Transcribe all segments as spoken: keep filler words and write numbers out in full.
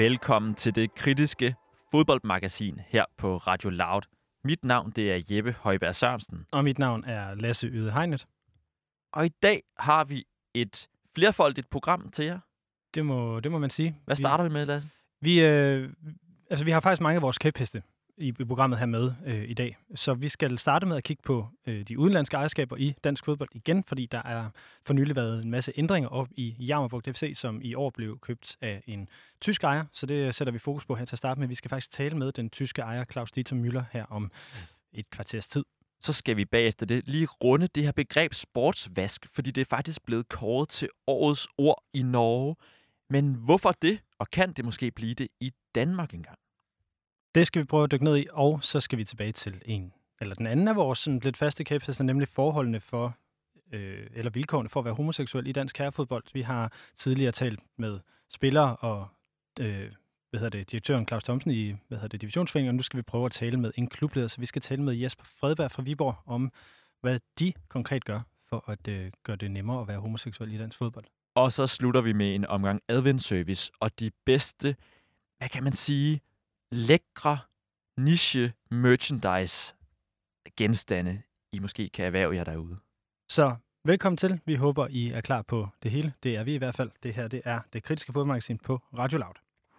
Velkommen til det kritiske fodboldmagasin her på Radio Loud. Mit navn det er Jeppe Højberg Sørensen. Og mit navn er Lasse Yde Hegnet. Og i dag har vi et flerfoldigt program til jer. Det må, det må man sige. Hvad starter vi, vi med, Lasse? Vi, øh, altså, vi har faktisk mange af vores kæpheste i, i programmet her med øh, i dag. Så vi skal starte med at kigge på øh, de udenlandske ejerskaber i dansk fodbold igen, fordi der er for nylig været en masse ændringer op i Jammerbugt F C, som i år blev købt af en tysk ejer. Så det sætter vi fokus på her til at starte med. Vi skal faktisk tale med den tyske ejer Klaus-Dieter Müller her om et kvarters tid. Så skal vi bagefter det lige runde det her begreb sportsvask, fordi det er faktisk blevet kåret til årets ord i Norge. Men hvorfor det, og kan det måske blive det i Danmark engang? Det skal vi prøve at dykke ned i, og så skal vi tilbage til en, eller den anden af vores sådan lidt faste kæphester, nemlig forholdene for, øh, eller vilkårene for at være homoseksuel i dansk herrefodbold. Vi har tidligere talt med spillere og øh, hvad hedder det, direktøren Claus Thomsen i hvad hedder det, divisionsforeningen, og nu skal vi prøve at tale med en klubleder, så vi skal tale med Jesper Fredberg fra Viborg om, hvad de konkret gør for at øh, gøre det nemmere at være homoseksuel i dansk fodbold. Og så slutter vi med en omgang adventsservice og de bedste, hvad kan man sige, lækre niche merchandise genstande, I måske kan erhverve jer derude. Så velkommen til. Vi håber, I er klar på det hele. Det er vi i hvert fald. Det her det er det kritiske fodboldmagasin på Radio Loud.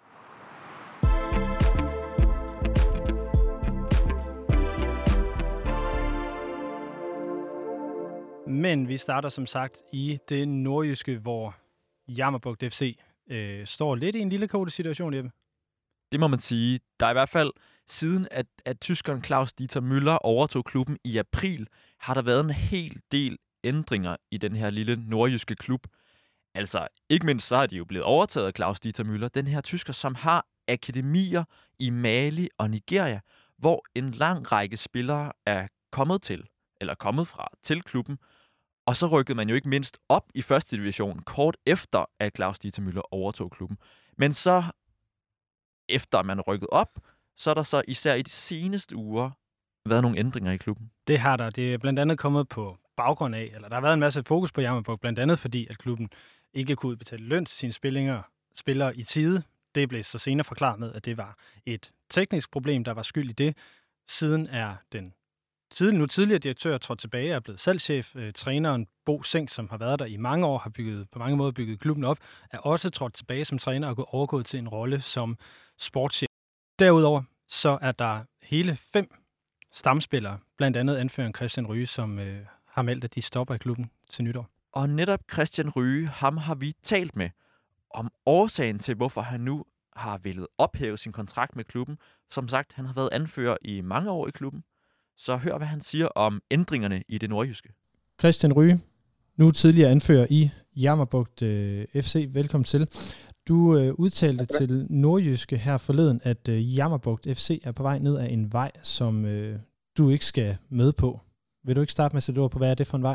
Men vi starter som sagt i det nordjyske, hvor Jammerbugt F C øh, står lidt i en lille kodesituation, Jeppe. Det må man sige. Der er i hvert fald siden, at, at tyskeren Klaus-Dieter Müller overtog klubben i april, har der været en hel del ændringer i den her lille nordjyske klub. Altså, ikke mindst så er de jo blevet overtaget af Klaus-Dieter Müller, den her tysker, som har akademier i Mali og Nigeria, hvor en lang række spillere er kommet til, eller kommet fra, til klubben. Og så rykkede man jo ikke mindst op i første division, kort efter, at Klaus-Dieter Müller overtog klubben. Men så, efter man rykket op, så er der så især i de seneste uger været nogle ændringer i klubben. Det har der. Det er blandt andet kommet på baggrund af, eller der har været en masse fokus på Jammerbugt, blandt andet fordi, at klubben ikke kunne udbetale løn til sine spillere, spillere i tide. Det blev så senere forklaret med, at det var et teknisk problem, der var skyld i det. Siden er den Tidlig, nu tidligere direktør trådt tilbage og er blevet salgschef. Øh, træneren Bo Seng, som har været der i mange år, har bygget, på mange måder bygget klubben op, er også trådt tilbage som træner og overgået til en rolle som sportschef. Derudover så er der hele fem stamspillere, blandt andet anføreren Christian Ryge, som øh, har meldt, at de stopper i klubben til nytår. Og netop Christian Ryge, ham har vi talt med om årsagen til, hvorfor han nu har villet ophæve sin kontrakt med klubben. Som sagt, han har været anfører i mange år i klubben. Så hør, hvad han siger om ændringerne i det nordjyske. Christian Ryge, nu tidligere anfører i Jammerbugt øh, F C. Velkommen til. Du øh, udtalte til nordjyske her forleden, at øh, Jammerbugt F C er på vej ned ad en vej, som øh, du ikke skal med på. Vil du ikke starte med at sætte ord på, hvad er det for en vej?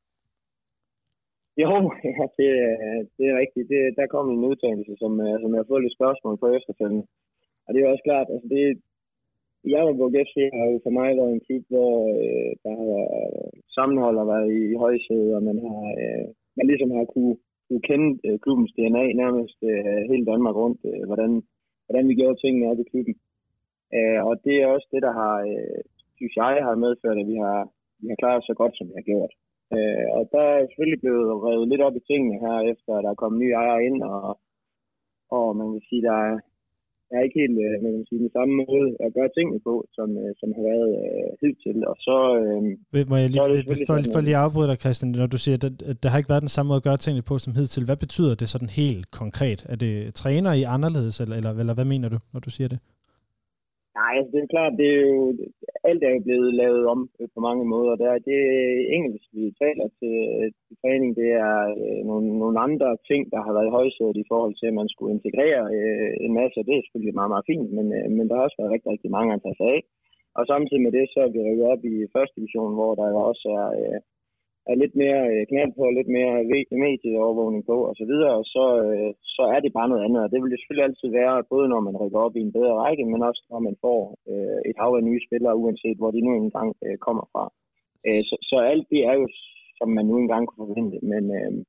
Jo, ja, det, det er rigtigt. Det, der kom en udtalelse, som, som jeg har fået lidt spørgsmål på efterfølgende. Og det er også klart, altså det Jammerbugt F C har jo for mig været en klub, hvor øh, der har sammenhold og været i, i højsæde, og man har øh, man ligesom har kunne, kunne kende øh, klubbens D N A nærmest øh, hele Danmark rundt, øh, hvordan, hvordan vi gjorde tingene op i klubben. Øh, og det er også det, der har, øh, synes jeg, har medført, at vi har, vi har klaret os så godt, som vi har gjort. Øh, og der er selvfølgelig blevet revet lidt op i tingene her, efter der er kommet nye ejere ind, og, og man kan sige, der er Jeg er ikke helt man kan sige, den samme måde at gøre tingene på, som, som har været øh, hidtil. Og så, øh, Må jeg lige, så for, for lige afbryde dig, Christian, når du siger, at, at der har ikke været den samme måde at gøre tingene på som hidtil. Hvad betyder det sådan helt konkret? Er det træner i anderledes, eller, eller, eller hvad mener du, når du siger det? Nej, altså, det er klart, det er jo, alt er jo blevet lavet om på mange måder. Der, det er engelsk, vi taler til, til træning. Det er øh, nogle, nogle andre ting, der har været i højsædet i forhold til, at man skulle integrere øh, en masse. Det er selvfølgelig meget, meget fint, men, øh, men der har også været rigtig, rigtig mange at tage sig af. Og samtidig med det, så er vi rykket op i første division, hvor der også er, øh, er lidt mere knald på, lidt mere medieovervågning på og så videre, og så, øh, så er det bare noget andet. Og det vil det selvfølgelig altid være, både når man rykker op i en bedre række, men også når man får øh, et hav af nye spillere, uanset hvor de nu engang øh, kommer fra. Øh, så, så alt det er jo, som man nu engang kunne forvente. Men, øh,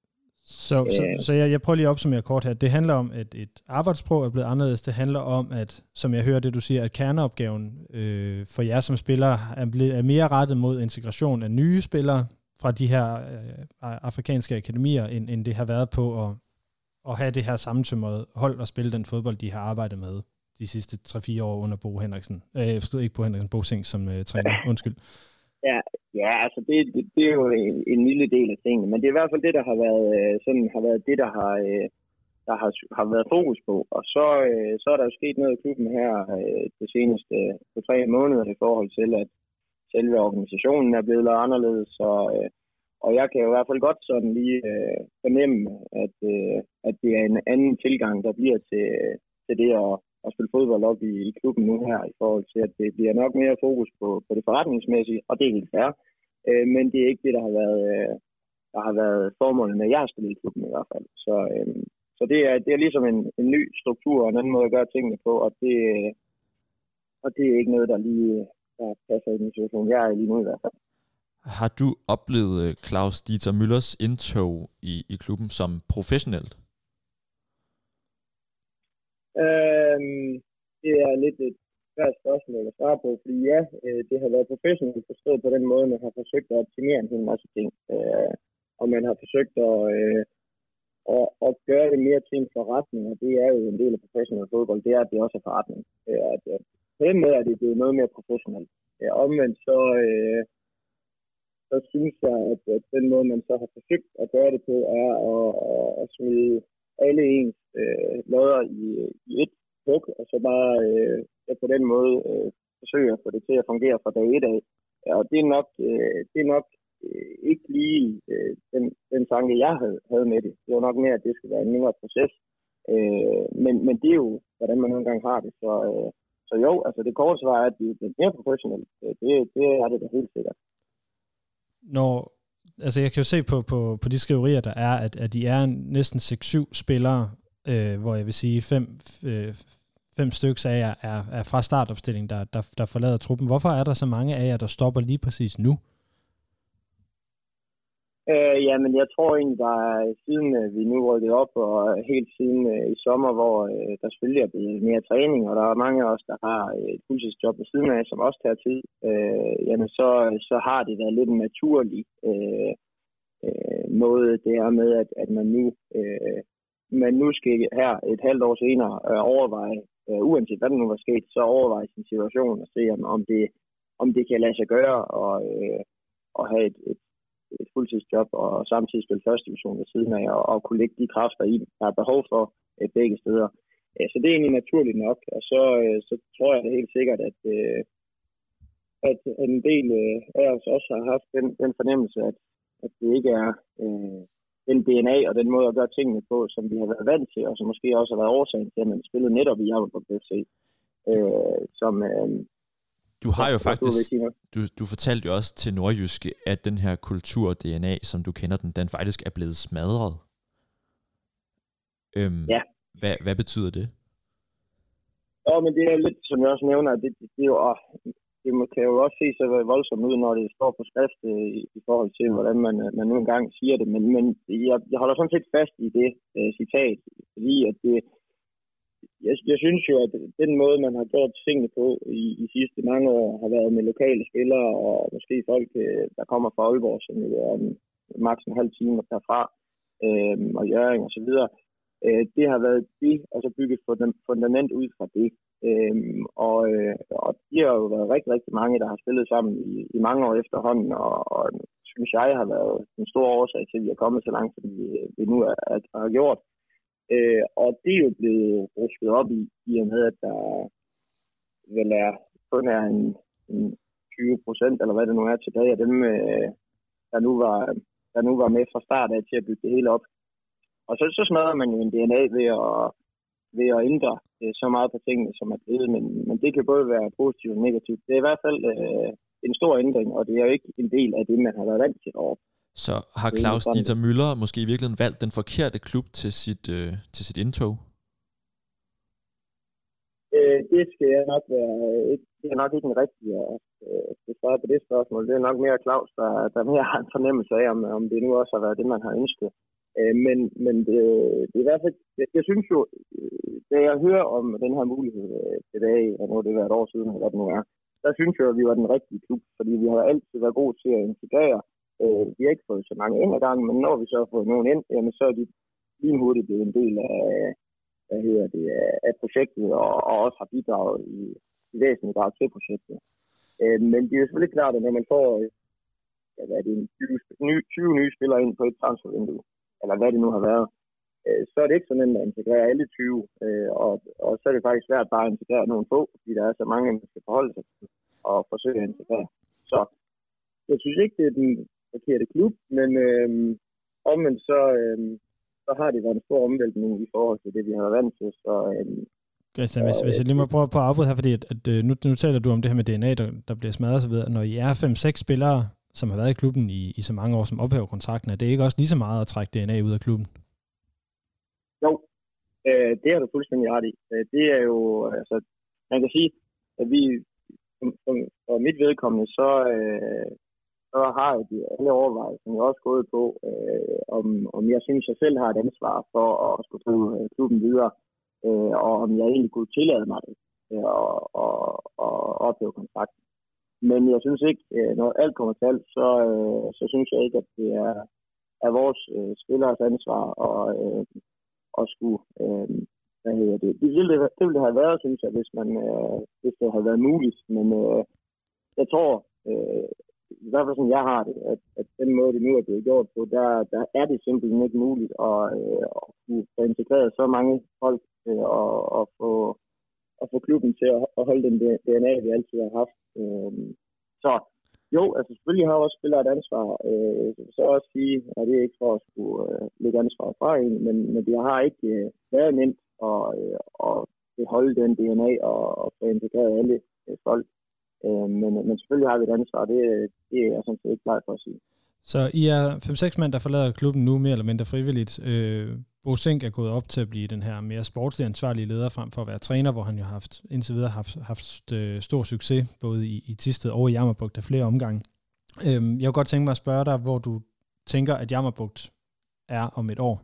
Så, så, så jeg, jeg prøver lige at opsummere kort her. Det handler om, at et arbejdssprog er blevet anderledes. Det handler om, at, som jeg hører det, du siger, at kerneopgaven øh, for jer som spillere er, blevet, er mere rettet mod integration af nye spillere fra de her øh, afrikanske akademier, end, end det har været på at, at have det her sammentømrede hold og spille den fodbold, de har arbejdet med de sidste tre fire år under Bo Henriksen. Øh, jeg forstod ikke Bo Henriksen, Bo Sing som øh, træner. Undskyld. Ja, ja altså det, det, det er jo en, en lille del af tingene, men det er i hvert fald det, der har været, sådan, har været det, der har, der har, har været fokus på. Og så, så er der jo sket noget i klubben her de seneste på tre måneder i forhold til, at selve organisationen er blevet lavet anderledes. Og, og jeg kan jo i hvert fald godt sådan lige fornemme, at, at det er en anden tilgang, der bliver til, til det at at spille fodbold op i, i klubben nu her, i forhold til, at det bliver nok mere fokus på, på det forretningsmæssige, og det er helt fair. Øh, men det er ikke det, der har været, øh, der har været formålet med, at jeg har spillet i klubben i hvert fald. Så, øh, så det, er, det er ligesom en, en ny struktur og en anden måde at gøre tingene på, og det, og det er ikke noget, der lige der passer i den situation, jeg er lige nu i hvert fald. Har du oplevet Klaus Dieter Müllers indtog i, i klubben som professionelt? Øhm, det er lidt et svært spørgsmål at svare på, fordi ja, det har været professionelt forstået på den måde, man har forsøgt at optimere en hel masse ting, øh, og man har forsøgt at, øh, at, at gøre det mere til en forretning, og det er jo en del af professionel fodbold, det er, at det også er forretning. Øh, at, at på den måde er det, det er noget mere professionelt. Øh, omvendt så, øh, så synes jeg, at, at den måde, man så har forsøgt at gøre det på, er at, at, at smide alle ens øh, lodder i, i et hug, og så bare øh, på den måde øh, forsøge at få det til at fungere fra dag et af. Ja, og det er nok, øh, det er nok øh, ikke lige øh, den, den tanke, jeg havde, havde med det. Det var nok mere, at det skulle være en længere proces. Øh, men, men det er jo, hvordan man nogle gange har det. Så, øh, så jo, altså det korte svar er, at det er mere professionelt. Det, det er det da helt sikkert. Når Altså jeg kan jo se på, på, på de skriverier, der er, at, at de er næsten seks syv spillere, øh, hvor jeg vil sige fem, øh, fem stykker af jer er, er fra startopstillingen, der, der, der forlader truppen. Hvorfor er der så mange af jer, der stopper lige præcis nu? Øh, ja, men jeg tror egentlig, der er siden vi nu rykkede op, og helt siden øh, i sommer, hvor øh, der selvfølgelig er blevet mere træning, og der er mange af os, der har et fuldtidsjob ved siden af, som også tager tid, øh, jamen så, så har det været lidt en naturlig øh, øh, måde, det er med, at, at man nu øh, man nu skal her et halvt år senere øh, overveje, øh, uanset hvad der nu var sket, så overveje sin situation og se, om, om, det, om det kan lade sig gøre, og, øh, og have et, et et fuldtidsjob og samtidig spille første division ved siden af og, og kunne lægge de kræfter i, der er behov for øh, begge steder. Øh, så det er egentlig naturligt nok, og så, øh, så tror jeg det helt sikkert, at, øh, at en del øh, af os også har haft den, den fornemmelse, at, at det ikke er øh, den D N A og den måde at gøre tingene på, som vi har været vant til, og som måske også har været årsagen til, at man spillede netop i Jammerbugt F C. Øh, som øh, Du har jo faktisk, du, du fortalte jo også til Nordjyske, at den her kultur-D N A, som du kender den, den faktisk er blevet smadret. Øhm, ja. Hvad, hvad betyder det? Ja, men det er lidt, som jeg også nævner, det, det, det, er jo, åh, det kan jo også se så voldsomt ud, når det står på skrift i, i forhold til, hvordan man, man nu engang siger det. Men, men jeg, jeg holder sådan set fast i det uh, citat, fordi at det Jeg, jeg synes jo, at den måde, man har gjort tingene på i de sidste mange år, har været med lokale spillere og måske folk, der kommer fra Aalborg, som jo er maks en halv time derfra, øh, og Hjørring og så videre. Øh, det har været det, og så bygget fundament ud fra det. Øh, og, øh, og de har jo været rigtig, rigtig mange, der har spillet sammen i, i mange år efterhånden, og, og synes jeg har været en stor årsag til, at vi er kommet så langt, som vi, vi nu er, er, har gjort. Øh, og det er jo blevet rusket op i, i og med, at der vel er, kun er en, en tyve procent, eller hvad det nu er tilbage af dem, øh, der, nu var, der nu var med fra start af til at bygge det hele op. Og så, så smadrer man jo en D N A ved at, ved at ændre øh, så meget på tingene, som er blevet, men, men det kan både være positivt og negativt. Det er i hvert fald øh, en stor ændring, og det er jo ikke en del af det, man har været vant til over. Så har Klaus Dieter Müller måske i virkeligheden valgt den forkerte klub til sit, øh, til sit indtog? Øh, det skal jeg nok være, det er nok ikke en rigtig at svare på det spørgsmål. Det er nok mere Klaus, der, der mere har en fornemmelse af, om, om det nu også har været det, man har ønsket. Øh, men men det, det er i hvert fald, jeg, jeg synes jo, da jeg hører om den her mulighed øh, tilbage, og nu er det været et år siden, eller hvad det nu er, der synes jeg, at vi var den rigtige klub, fordi vi har altid været gode til at integrere. Øh, vi har ikke fået så mange ind ad gangen, men når vi så har fået nogen ind, jamen, så er de lige hurtigt blevet en del af, hvad hedder det, af projektet, og, og også har bidraget i, i væsentligt grad til projektet. Øh, men det er jo selvfølgelig klart, at når man får ja, hvad er det, tyve nye spillere ind på et transfervindue, eller hvad det nu har været, øh, så er det ikke så nemt at integrere alle tyve, øh, og, og så er det faktisk svært bare at integrere nogle få, fordi der er så mange, man skal forholde sig til og forsøge at integrere. Så jeg synes ikke, det er den forkerte klub, men øh, omvendt så, øh, så har det været en stor omvæltning i forhold til det, vi har været vant til. Så, øh, Christian, hvis, hvis jeg lige må prøve på at afbryde her, fordi at, at, nu, nu taler du om det her med D N A, der, der bliver smadret og så videre. Når I er fem seks spillere, som har været i klubben i, i så mange år, som ophæver kontrakten, er det ikke også lige så meget at trække D N A ud af klubben? Jo, øh, det har du fuldstændig ret i. Det er jo, altså, man kan sige, at vi, for, for mit vedkommende, så, øh, så har jeg de alle overvejelser jo også gået på, øh, om, om jeg synes, jeg selv har et ansvar for at skulle drive klubben videre, øh, og om jeg egentlig kunne tillade mig det, øh, og, og, og ophæve kontrakten. Men jeg synes ikke, når alt kommer til alt, så, øh, så synes jeg ikke, at det er, er vores øh, spillers ansvar at, øh, at skulle, øh, hvad hedder det, det ville det, det ville det have været, synes jeg, hvis, man, øh, hvis det havde været muligt. Men øh, jeg tror, øh, i hvert fald som jeg har det, at, at den måde, det nu er blevet gjort på, der, der er det simpelthen ikke muligt at, øh, at få integreret så mange folk øh, og, og få at få klubben til at holde den D N A, vi altid har haft. Så jo, altså selvfølgelig har også spillere et ansvar. Så også sige, at det er ikke for at skulle lægge ansvar fra en, men, men det har ikke været nemt at, at beholde den D N A og, og få integreret alle folk. Men, men selvfølgelig har vi et ansvar, det, det er jeg sådan set ikke klar for at sige. Så I er fem seks mand, der forlader klubben nu mere eller mindre frivilligt. Øh, Bo Zink er gået op til at blive den her mere sportslig ansvarlige leder frem for at være træner, hvor han jo har haft, indtil videre haft, haft øh, stor succes, både i, i Thisted og i Jammerbugt af flere omgange. Øh, jeg kunne godt tænke mig at spørge dig, hvor du tænker, at Jammerbugt er om et år?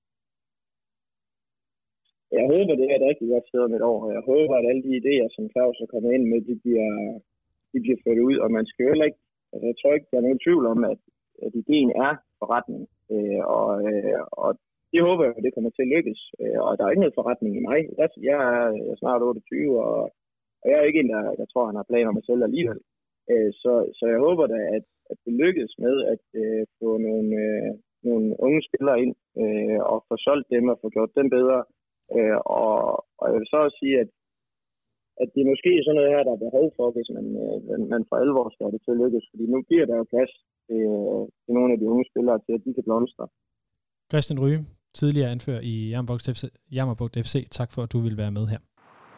Jeg håber, det er et rigtig godt sted om et år, og jeg håber, at alle de idéer, som Claus er kommet ind med, de bliver, de bliver ført ud, og man skal jo heller ikke, altså jeg tror ikke, der er nogen tvivl om, at, at ideen er forretning, øh, og, øh, og det håber jeg, at det kommer til at lykkes, øh, og der er ikke noget forretning i mig. Jeg, jeg er snart otteogtyve, og, og jeg er ikke en, der jeg tror, han har planer om at sælge alligevel. Øh, så, så jeg håber da, at, at det lykkes med at øh, få nogle, øh, nogle unge spillere ind, øh, og få solgt dem og få gjort dem bedre. Øh, og, og jeg vil så også sige, at, at det er måske sådan noget her, der er behov for, hvis man, øh, man for alvor skal det til at lykkes. Fordi nu bliver der jo plads til, øh, til nogle af de unge spillere til, at de kan blomstre. Christian Ryge, tidligere anfører i Jammerbugt F C. Tak for, at du ville være med her.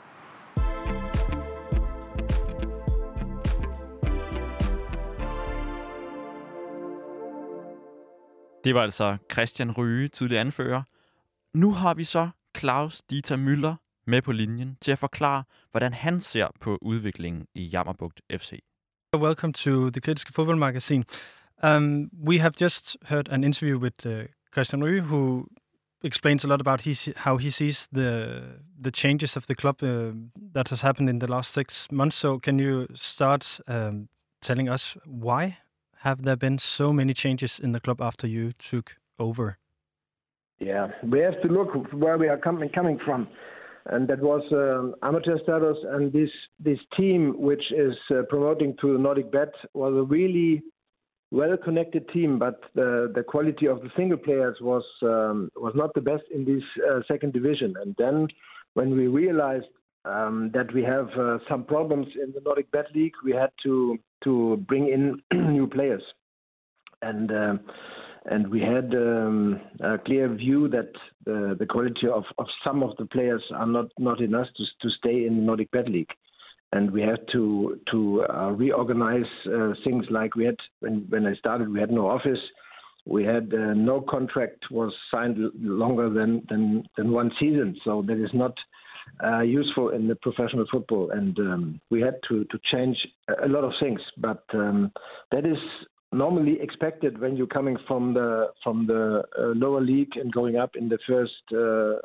Det var altså Christian Ryge, tidligere anfører. Nu har vi så Claus Dieter Müller med på linjen til at forklare, hvordan han ser på udviklingen i Jammerbugt F C. Welcome to the Kritiske Fodbold Magazine. Um, we have just heard an interview with uh, Christian Ryge, who explains a lot about his, how he sees the the changes of the club uh, that has happened in the last six months. So can you start um, telling us why have there been so many changes in the club after you took over? Yeah, we have to look where we are coming coming from, and that was um, amateur status, and this this team which is uh, promoting to the Nordic Bet was a really well-connected team, but the the quality of the single players was um, was not the best in this uh, second division. And then when we realized um, that we have uh, some problems in the Nordic Bet League, we had to to bring in new players, and uh, and we had um, a clear view that the the quality of, of some of the players are not not enough to to stay in the Nordic Bet League. And we had to to uh, reorganize uh, things like we had when when I started. We had no office. We had uh, no contract was signed longer than than than one season. So that is not uh, useful in the professional football. And um, we had to to change a lot of things. But um, that is normally expected when you're coming from the from the uh, lower league and going up in the first uh,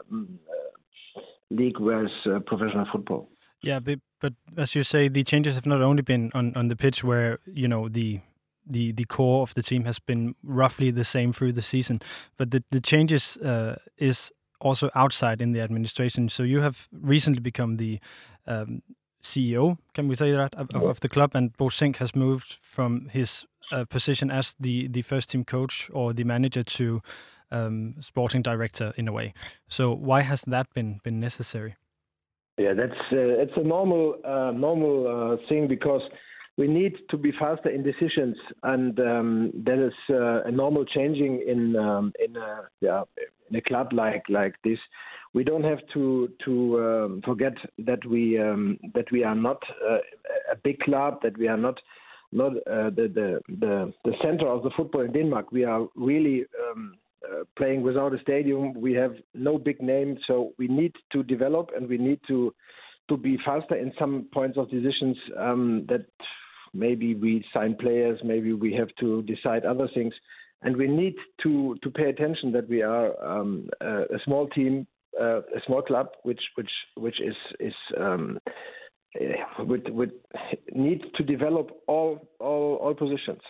league, whereas uh, professional football. Yeah, but, but as you say, the changes have not only been on, on the pitch, where you know the the the core of the team has been roughly the same through the season, but the the changes uh, is also outside in the administration. So you have recently become the um, C E O, can we say that, of, of the club, and Bo Sink has moved from his uh, position as the, the first team coach or the manager to um, sporting director in a way. So why has that been been necessary? Yeah, that's uh, it's a normal uh, normal uh, thing, because we need to be faster in decisions, and um, that is uh, a normal changing in um, in a yeah in a club like like this. We don't have to to um, forget that we um, that we are not uh, a big club, that we are not not uh, the, the the the center of the football in Denmark. We are really um, uh, playing without a stadium. We have no big name, so we need to develop, and we need to to be faster in some points of decisions. Um, that maybe we sign players, maybe we have to decide other things, and we need to to pay attention that we are um, a, a small team. Uh, a small club, which which which is is um, uh, would would need to develop all all all positions.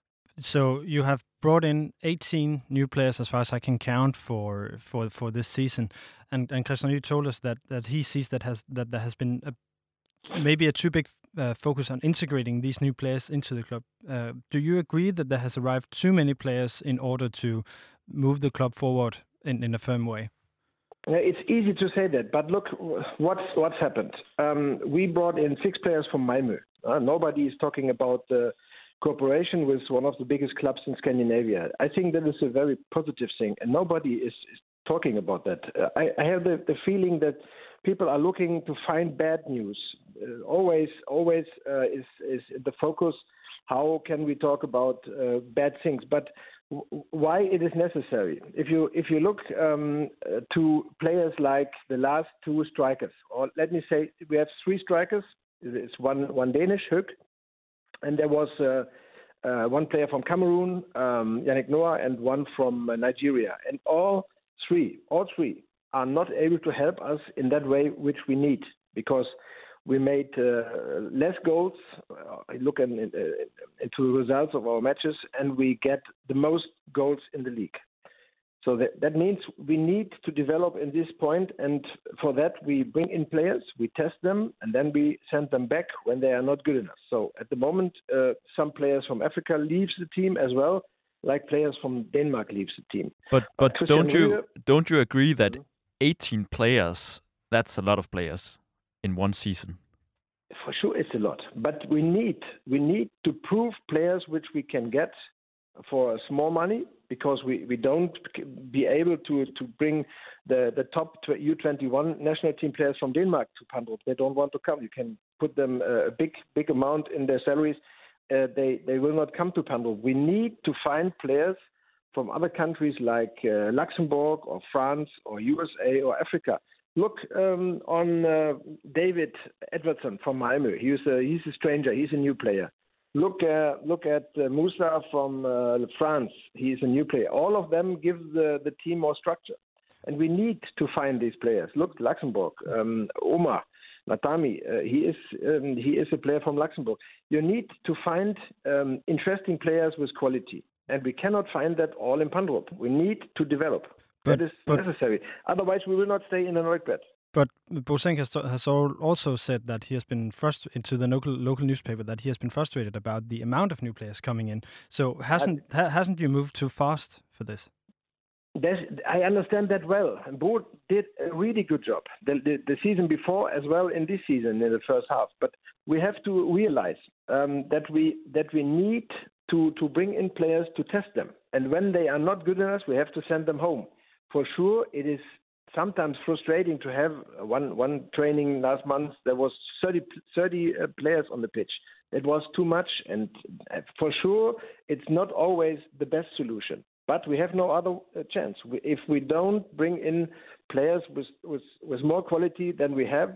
So you have brought in eighteen new players, as far as I can count, for for for this season, and and Christian, you told us that that he sees that has that there has been a, maybe a too big uh, focus on integrating these new players into the club. Uh, do you agree that there has arrived too many players in order to move the club forward in, in a firm way? It's easy to say that, but look what's what's happened. Um, we brought in six players from Malmö. Uh, nobody is talking about the cooperation with one of the biggest clubs in Scandinavia. I think that is a very positive thing, and nobody is, is talking about that. Uh, I, I have the, the feeling that people are looking to find bad news. Uh, always, always uh, is is the focus. How can we talk about uh, bad things? But why it is necessary? If you if you look um, uh, to players like the last two strikers, or let me say we have three strikers. It's one one Danish, Høg, and there was uh, uh, one player from Cameroon, um, Yannick Noah, and one from uh, Nigeria. And all three, all three are not able to help us in that way which we need, because we made uh, less goals. I look in, in, into the results of our matches, and we get the most goals in the league. So that, that means we need to develop in this point, and for that we bring in players, we test them, and then we send them back when they are not good enough. So at the moment, uh, some players from Africa leaves the team as well, like players from Denmark leaves the team. But but uh, don't you Rühe, don't you agree that eighteen players, that's a lot of players in one season? For sure, it's a lot, but we need we need to prove players which we can get for small money, because we, we don't be able to to bring the the top U twenty-one national team players from Denmark to Pandrup. They don't want to come. You can put them a big big amount in their salaries. Uh, they they will not come to Pandrup. We need to find players from other countries like uh, Luxembourg or France or U S A or Africa. Look um, on uh, David Edwardson from Malmö. He's a, he's a stranger. He's a new player. Look uh, look at uh, Moussa from uh, France. He's a new player. All of them give the, the team more structure. And we need to find these players. Look, Luxembourg, um, Omar Natami, uh, he is um, he is a player from Luxembourg. You need to find um, interesting players with quality. And we cannot find that all in Pandrup. We need to develop. But, that is but, necessary. Otherwise, we will not stay in the Nordic bet. But Bo Sink has, has also said that he has been frustrated to the local local newspaper that he has been frustrated about the amount of new players coming in. So hasn't ha, hasn't you moved too fast for this? There's, I understand that well. And Bo did a really good job the, the, the season before as well in this season in the first half. But we have to realize um, that we that we need to to bring in players to test them, and when they are not good enough, we have to send them home. For sure, it is sometimes frustrating to have one one training last month. There was thirty, thirty uh, players on the pitch. It was too much, and for sure, it's not always the best solution. But we have no other uh, chance. We, if we don't bring in players with, with with more quality than we have,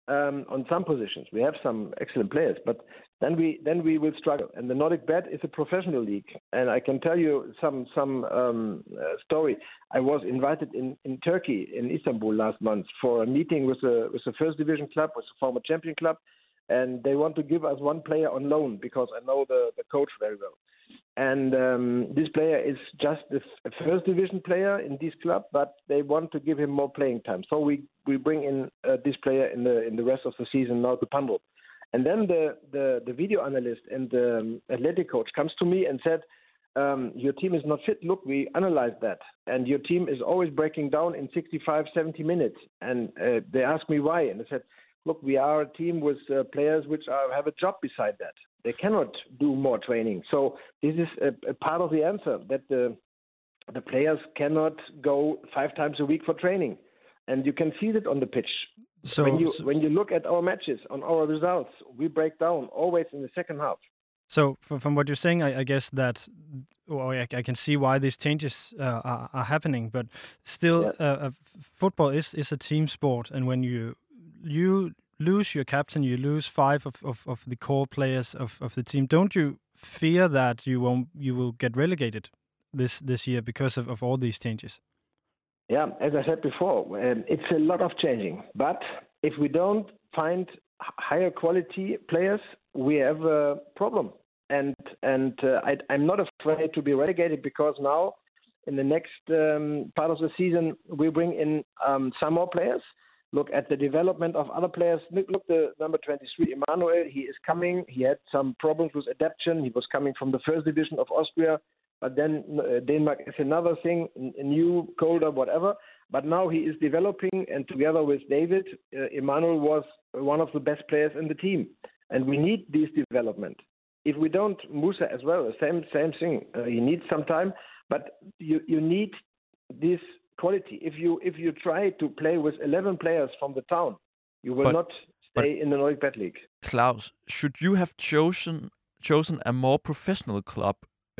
um, on some positions. We have some excellent players, but then we then we will struggle. And the Nordic Bet is a professional league, and I can tell you some some um, uh, story. I was invited in, in Turkey, in Istanbul last month, for a meeting with a with a first division club, with a former champion club, and they want to give us one player on loan because I know the, the coach very well. And um, this player is just a first division player in this club, but they want to give him more playing time. So we, we bring in uh, this player in the in the rest of the season now to Pandrup. And then the, the, the video analyst and the um, athletic coach comes to me and said, um, your team is not fit. Look, we analyzed that. And your team is always breaking down in sixty-five, seventy minutes. And uh, they asked me why. And I said, look, we are a team with uh, players which are, have a job beside that. They cannot do more training. So this is a, a part of the answer, that the, the players cannot go five times a week for training. And you can see that on the pitch. So when you, so, when you look at our matches, on our results, we break down always in the second half. So from what you're saying, I, I guess that, well, I, I can see why these changes uh, are, are happening. But still, yeah. uh, uh, football is, is a team sport. And when you you lose your captain, you lose five of, of, of the core players of, of the team. Don't you fear that you won't you will get relegated this this year because of, of all these changes? Yeah, as I said before, um, it's a lot of changing. But if we don't find higher quality players, we have a problem. And and uh, I, I'm not afraid to be relegated, because now in the next um, part of the season we bring in um, some more players. Look at the development of other players. Look, look the number twenty-three, Emmanuel. He is coming. He had some problems with adaptation. He was coming from the first division of Austria, but then uh, Denmark is another thing, a new, colder, whatever. But now he is developing, and together with David, uh, Emmanuel was one of the best players in the team. And we need this development. If we don't, Musa as well, the same same thing. Uh, he needs some time, but you you need this quality. If you if you try to play with eleven players from the town, you will but, not stay in the Nordic Bet League. Klaus, should you have chosen chosen a more professional club?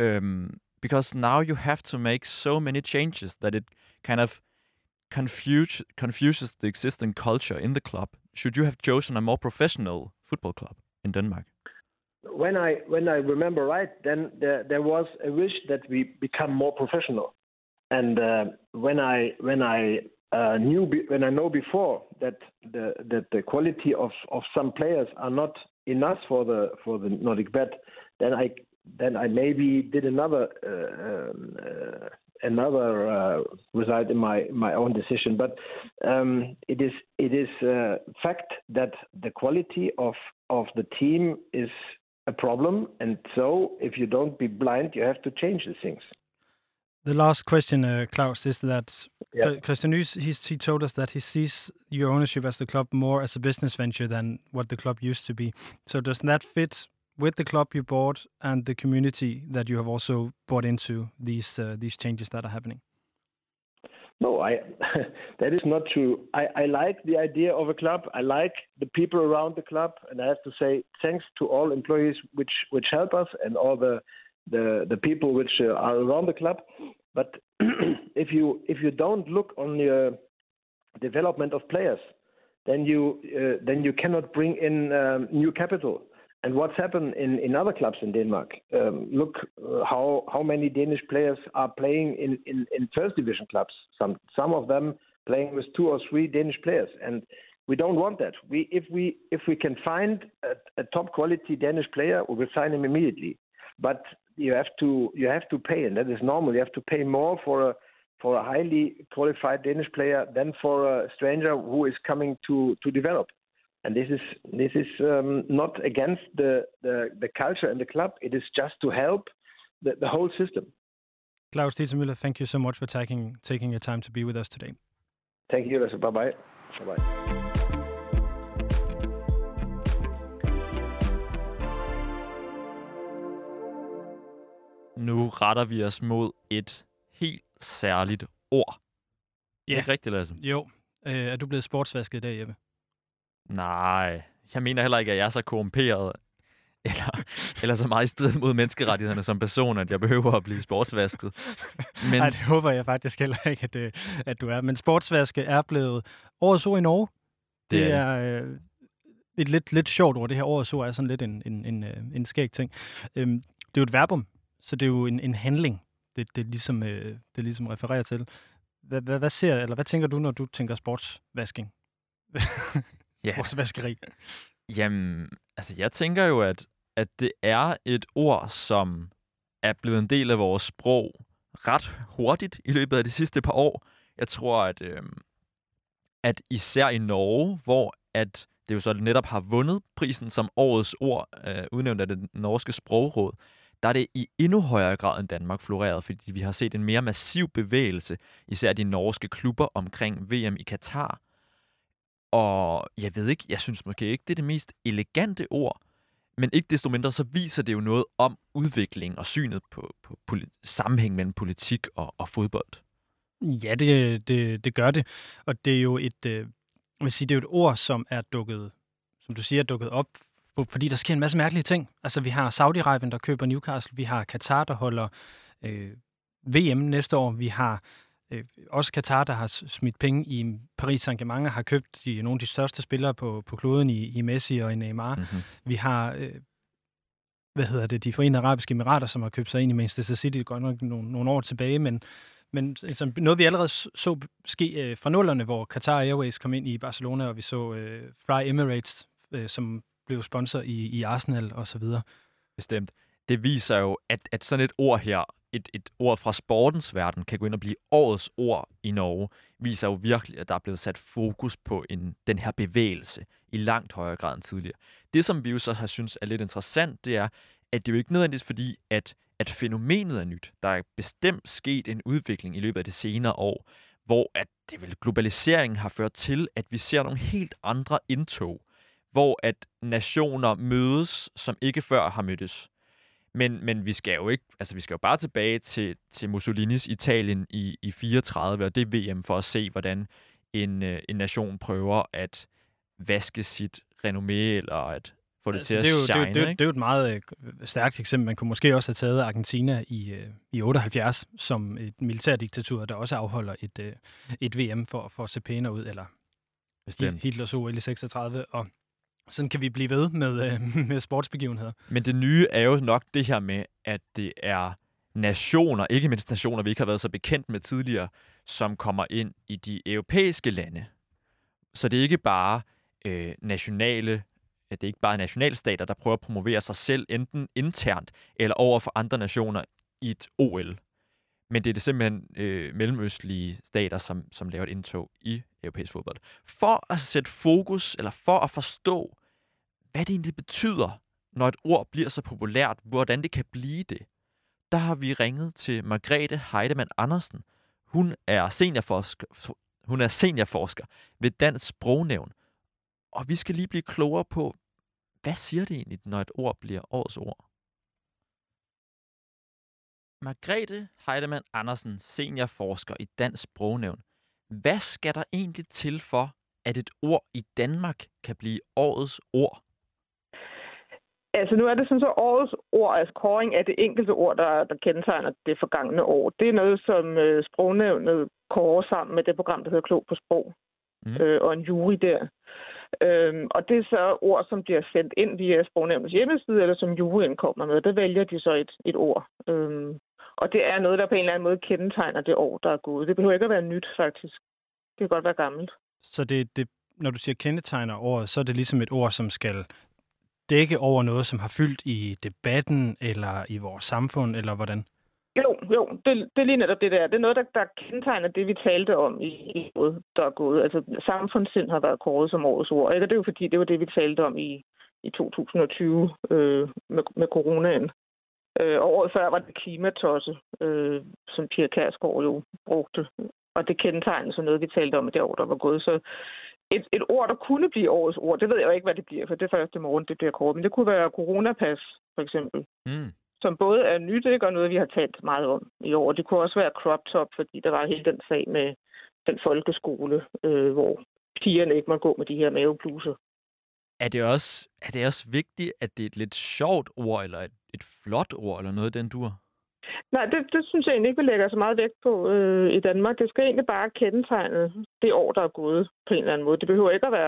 Um, because now you have to make so many changes that it kind of confuse confuses the existing culture in the club. Should you have chosen a more professional football club in Denmark? When I when I remember right, then there, there was a wish that we become more professional. And uh, when I when I uh, knew be, when I know before that the that the quality of, of some players are not enough for the for the Nordic Bet, then I then I maybe did another uh, uh, another uh, result in my my own decision. But um, it is it is a fact that the quality of of the team is a problem, and so if you don't be blind, you have to change the things. The last question, uh, Klaus, is that yeah. Christian Nuis, he told us that he sees your ownership as the club more as a business venture than what the club used to be. So does that fit with the club you bought and the community that you have also bought into these uh, these changes that are happening? No, I that is not true. I, I like the idea of a club. I like the people around the club, and I have to say thanks to all employees which which help us and all the the the people which uh, are around the club. But if you if you don't look on the development of players, then you uh, then you cannot bring in um, new capital. And what's happened in, in other clubs in Denmark? Um, look uh, how how many Danish players are playing in, in, in first division clubs. Some some of them playing with two or three Danish players, and we don't want that. We if we if we can find a, a top quality Danish player, we will sign him immediately. But you have to you have to pay, and that is normal. You have to pay more for a for a highly qualified Danish player than for a stranger who is coming to, to develop. And this is this is um, not against the, the, the culture and the club. It is just to help the, the whole system. Klaus Dieter Müller, thank you so much for taking taking your time to be with us today. Thank you. Bye bye. Bye bye. Nu retter vi os mod et helt særligt ord. Ja. Er det rigtigt, Lasse? Jo. Øh, er du blevet sportsvasket i dag, Jeppe? Nej. Jeg mener heller ikke, at jeg er så korrumperet, eller, eller så meget i strid mod menneskerettighederne som person, at jeg behøver at blive sportsvasket. Men... Nej, det håber jeg faktisk heller ikke, at, at du er. Men sportsvaske er blevet årets ord i Norge. Det, det er, øh, et lidt, lidt sjovt ord. Det her årets ord er sådan lidt en, en, en, en skæg ting. Øhm, det er jo et verbum, så det er jo en, en handling, det, det, ligesom, øh, det ligesom refererer til. Hvad, hvad, hvad, ser, eller hvad tænker du, når du tænker sportsvasking? Ja. Sportsvaskeri. Jamen, altså jeg tænker jo, at, at det er et ord, som er blevet en del af vores sprog ret hurtigt i løbet af de sidste par år. Jeg tror, at, øh, at især i Norge, hvor at det jo så netop har vundet prisen som årets ord, øh, udnævnt af det norske sprogråd, der er det i endnu højere grad end Danmark floreret, fordi vi har set en mere massiv bevægelse, især de norske klubber omkring V M i Katar. Og jeg ved ikke, jeg synes måske ikke, det er det mest elegante ord, men ikke desto mindre, så viser det jo noget om udvikling og synet på, på poli- sammenhæng mellem politik og, og fodbold. Ja, det, det, det gør det. Og det er jo et, øh, jeg vil sige, det er jo et ord, som er dukket, som du siger, er dukket op, fordi der sker en masse mærkelige ting. Altså, vi har Saudi-Arabien, der køber Newcastle. Vi har Katar, der holder øh, V M næste år. Vi har øh, også Katar, der har smidt penge i Paris Saint-Germain, har købt de, nogle af de største spillere på, på kloden i, i Messi og i Neymar. Mm-hmm. Vi har, øh, hvad hedder det, de Forenede Arabiske Emirater, som har købt sig ind i Manchester City, godt nok nogle, nogle år tilbage, men Men altså, noget, vi allerede så ske øh, fra nullerne, hvor Qatar Airways kom ind i Barcelona, og vi så øh, Fly Emirates, øh, som blev sponsor i, i Arsenal og så videre. Bestemt. Det viser jo, at, at sådan et ord her, et, et ord fra sportens verden, kan gå ind og blive årets ord i Norge, viser jo virkelig, at der er blevet sat fokus på en, den her bevægelse i langt højere grad end tidligere. Det, som vi jo så har synes er lidt interessant, det er, at det jo ikke nødvendigvis fordi, at at fænomenet er nyt. Der er bestemt sket en udvikling i løbet af det senere år, hvor at det vel globaliseringen har ført til, at vi ser nogle helt andre indtog, hvor at nationer mødes, som ikke før har mødtes. Men, men vi skal jo ikke, altså vi skal jo bare tilbage til, til Mussolinis Italien i, i fireogtredive, og det V M for at se, hvordan en, en nation prøver at vaske sit renommé, eller at få det altså, til at det er jo, shine. Det, det, det, det er jo et meget øh, stærkt eksempel. Man kunne måske også have taget Argentina i, øh, i otteoghalvfjerds som et militærdiktatur, der også afholder et, øh, et V M for, for at se pænere ud, eller Bestemt. Hitlers O L i seksogtredive, og sådan kan vi blive ved med, øh, med sportsbegivenheder. Men det nye er jo nok det her med, at det er nationer, ikke mindst nationer, vi ikke har været så bekendt med tidligere, som kommer ind i de europæiske lande. Så det er ikke bare øh, nationale at det ikke bare er nationalstater, der prøver at promovere sig selv, enten internt eller over for andre nationer i et O L. Men det er det simpelthen øh, mellemøstlige stater, som, som laver et indtog i europæisk fodbold. For at sætte fokus, eller for at forstå, hvad det egentlig betyder, når et ord bliver så populært, hvordan det kan blive det, der har vi ringet til Margrethe Heidemann Andersen. Hun er seniorforsker, hun er seniorforsker ved Dansk Sprognævn. Og vi skal lige blive klogere på, hvad siger det egentlig, når et ord bliver årets ord? Margrethe Heidemann Andersen, seniorforsker i Dansk Sprognævn. Hvad skal der egentlig til for, at et ord i Danmark kan blive årets ord? Altså nu er det sådan så årets ord, altså kåring af det enkelte ord, der, der kendetegner det forgangne år. Det er noget, som øh, Sprognævnet kårer sammen med det program, der hedder Klog på Sprog, mm. øh, og en jury der. Øhm, og det er så ord, som bliver sendt ind via Sprognævnets hjemmeside, eller som juryen kommer med. Der vælger de så et, et ord. Øhm, og det er noget, der på en eller anden måde kendetegner det år, der er gået. Det behøver ikke at være nyt, faktisk. Det kan godt være gammelt. Så det, det, når du siger kendetegner året, så er det ligesom et ord, som skal dække over noget, som har fyldt i debatten, eller i vores samfund, eller hvordan? Jo, jo, det, det er lige netop det der. Det er noget, der, der kendetegner det, vi talte om i, i året, der er gået. Altså, samfundssind har været kåret som årets ord. Ikke? Og det er jo fordi, det var det, vi talte om i, i to tusind og tyve øh, med, med coronaen. Øh, og året før var det klimatosse, øh, som Pia Kjærsgaard jo brugte. Og det kendetegner så noget, vi talte om i det år, der var gået. Så et, et ord, der kunne blive årets ord, det ved jeg jo ikke, hvad det bliver, for det er først i morgen, det bliver kåret. Men det kunne være coronapas, for eksempel. Mm. Som både er nyt, ikke, og noget, vi har talt meget om i år. Det kunne også være crop top, fordi der var hele den sag med den folkeskole, øh, hvor pigerne ikke må gå med de her mavebluser. Er det også, er det også vigtigt, at det er et lidt sjovt ord, eller et, et flot ord, eller noget af den dur? Nej, det, det synes jeg egentlig ikke, vi lægger så meget vægt på øh, i Danmark. Det skal egentlig bare kendetegne det år, der er gået på en eller anden måde. Det behøver ikke at være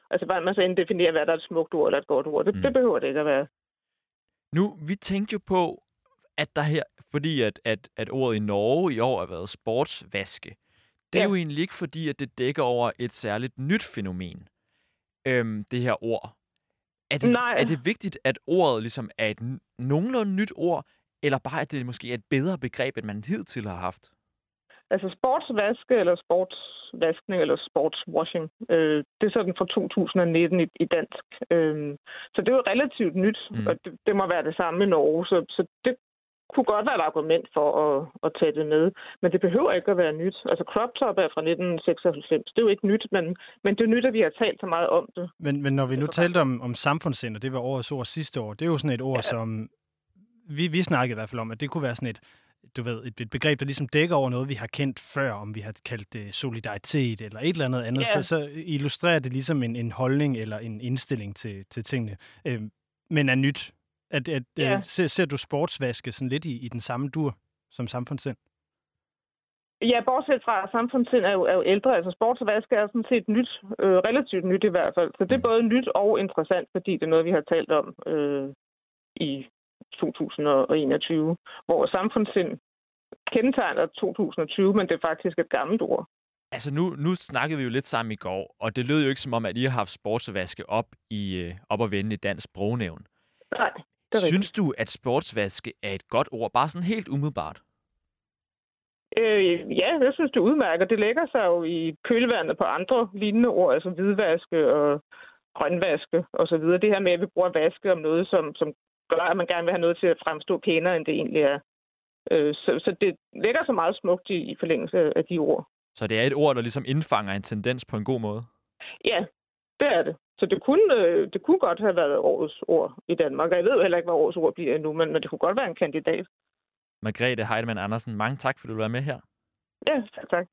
Altså, hvordan man så end definerer, hvad der er et smukt ord eller et godt ord. Det, mm. det behøver det ikke at være. Nu, vi tænkte jo på, at der her, fordi at, at, at ordet i Norge i år har været sportsvaske, det er ja. jo egentlig ikke fordi, at det dækker over et særligt nyt fænomen, øhm, det her ord. Er det, er det vigtigt, at ordet ligesom er et n- nogenlunde nyt ord, eller bare, at det måske er et bedre begreb, end man hidtil har haft? Altså sportsvaske, eller sportsvaskning, eller sportswashing, øh, det er sådan fra to tusind nitten i, i dansk. Øh, så det er jo relativt nyt, mm. og det, det må være det samme i Norge, så, så det kunne godt være et argument for at, at tage det med. Men det behøver ikke at være nyt. Altså crop top er fra nitten seksoghalvfems. Det er jo ikke nyt, men, men det er nyt, at vi har talt så meget om det. Men, men når vi nu talte om, om samfundssind, og det var årets ord sidste år, det er jo sådan et ord, ja. som vi, vi snakkede i hvert fald om, at det kunne være sådan et, du ved, et, et begreb, der ligesom dækker over noget, vi har kendt før, om vi har kaldt det solidaritet eller et eller andet andet, ja. så, så illustrerer det ligesom en, en holdning eller en indstilling til, til tingene, øh, men er nyt. At, at, ja. øh, ser, ser du sportsvaske sådan lidt i, i den samme dur som samfundssind? Ja, bortset fra, at samfundssind er jo, er jo ældre. Altså sportsvaske er sådan set nyt, øh, relativt nyt i hvert fald. Så det er både nyt og interessant, fordi det er noget, vi har talt om øh, i to tusind enogtyve, hvor samfundssind kendetegner to tusind og tyve, men det er faktisk et gammelt ord. Altså nu, nu snakkede vi jo lidt sammen i går, og det lød jo ikke som om, at I har haft sportsvaske op, i, øh, op at vende i dansk sprognævn. Nej. Synes du, at sportsvaske er et godt ord? Bare sådan helt umiddelbart? Øh, ja, jeg synes, det udmærker. Det lægger sig jo i kølvandet på andre lignende ord, altså hvidvaske og grønvaske osv. Det her med, at vi bruger vaske om noget, som, som gør, at man gerne vil have noget til at fremstå pænere, end det egentlig er. Øh, så, så det lægger sig meget smukt i, i forlængelse af de ord. Så det er et ord, der ligesom indfanger en tendens på en god måde? Ja, det er det. Så det kunne, øh, det kunne godt have været årets ord i Danmark. Jeg ved jo heller ikke, hvad årets ord bliver endnu, men, men det kunne godt være en kandidat. Margrethe Heidemann Andersen, mange tak, fordi du var med her. Ja, tak, tak.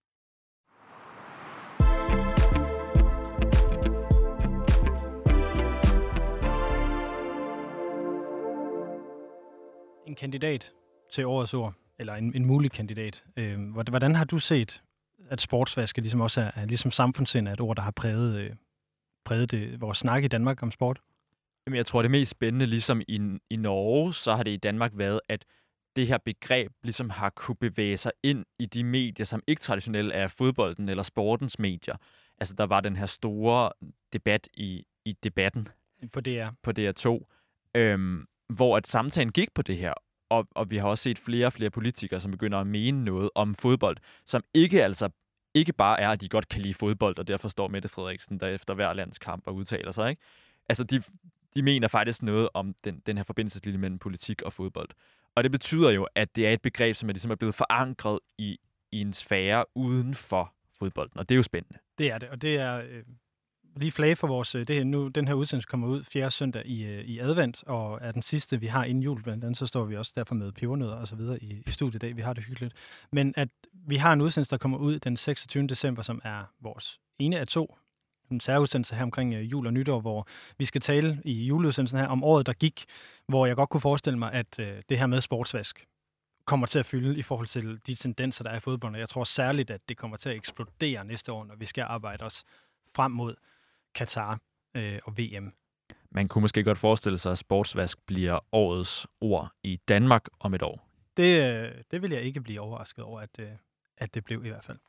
En kandidat til årets ord, eller en, en mulig kandidat. Øh, hvordan har du set, at sportsvaske ligesom også er, er ligesom samfundssind, er et ord, der har præget... Øh, præget det, vores snak i Danmark om sport? Jamen, jeg tror, det mest spændende, ligesom i, i Norge, så har det i Danmark været, at det her begreb ligesom har kunne bevæge sig ind i de medier, som ikke traditionelt er fodbolden eller sportens medier. Altså, der var den her store debat i, i debatten på D R, på D R to, øhm, hvor at samtalen gik på det her, og, og vi har også set flere og flere politikere, som begynder at mene noget om fodbold, som ikke altså ikke bare er, at de godt kan lide fodbold, og derfor står Mette Frederiksen der efter hver landskamp og udtaler sig, ikke? Altså, de, de mener faktisk noget om den, den her forbindelseslinje mellem politik og fodbold. Og det betyder jo, at det er et begreb, som er, ligesom er blevet forankret i, i en sfære uden for fodbolden, og det er jo spændende. Det er det, og det er øh, lige flage for vores... Det her, nu, den her udsendelse kommer ud fjerde søndag i, øh, i advent, og er den sidste, vi har inden jul, blandt andet, så står vi også derfor med pebernødder og så videre i, i studiet i dag. Vi har det hyggeligt. Men at vi har en udsendelse, der kommer ud den seksogtyvende december, som er vores ene af to. En særudsendelse her omkring øh, jul og nytår, hvor vi skal tale i juleudsendelsen her om året, der gik, hvor jeg godt kunne forestille mig, at øh, det her med sportsvask kommer til at fylde i forhold til de tendenser, der er i fodbold. Og jeg tror særligt, at det kommer til at eksplodere næste år, når vi skal arbejde os frem mod Katar øh, og V M. Man kunne måske godt forestille sig, at sportsvask bliver årets ord i Danmark om et år. Det, øh, det vil jeg ikke blive overrasket over, at, øh, at det blev i hvert fald.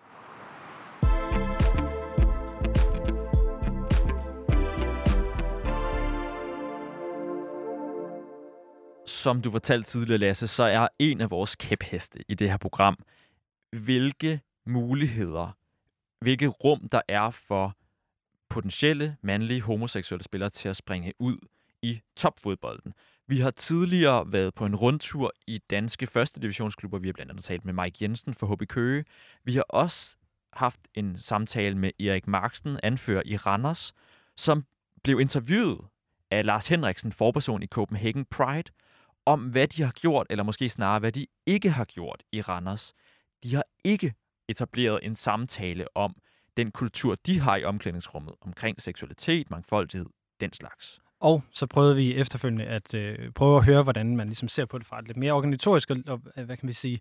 Som du fortalte tidligere, Lasse, så er en af vores kæpheste i det her program, hvilke muligheder, hvilke rum der er for potentielle mandlige homoseksuelle spillere til at springe ud i topfodbolden. Vi har tidligere været på en rundtur i danske første divisionsklubber. Vi har blandt andet talt med Mike Jensen for H B Køge. Vi har også haft en samtale med Erik Marksen, anfører i Randers, som blev interviewet af Lars Henriksen, forperson i Copenhagen Pride, om hvad de har gjort, eller måske snarere hvad de ikke har gjort i Randers. De har ikke etableret en samtale om den kultur, de har i omklædningsrummet omkring seksualitet, mangfoldighed, den slags. Og så prøvede vi efterfølgende at øh, prøve at høre, hvordan man ligesom ser på det fra et lidt mere organisatorisk og, og hvad kan vi sige,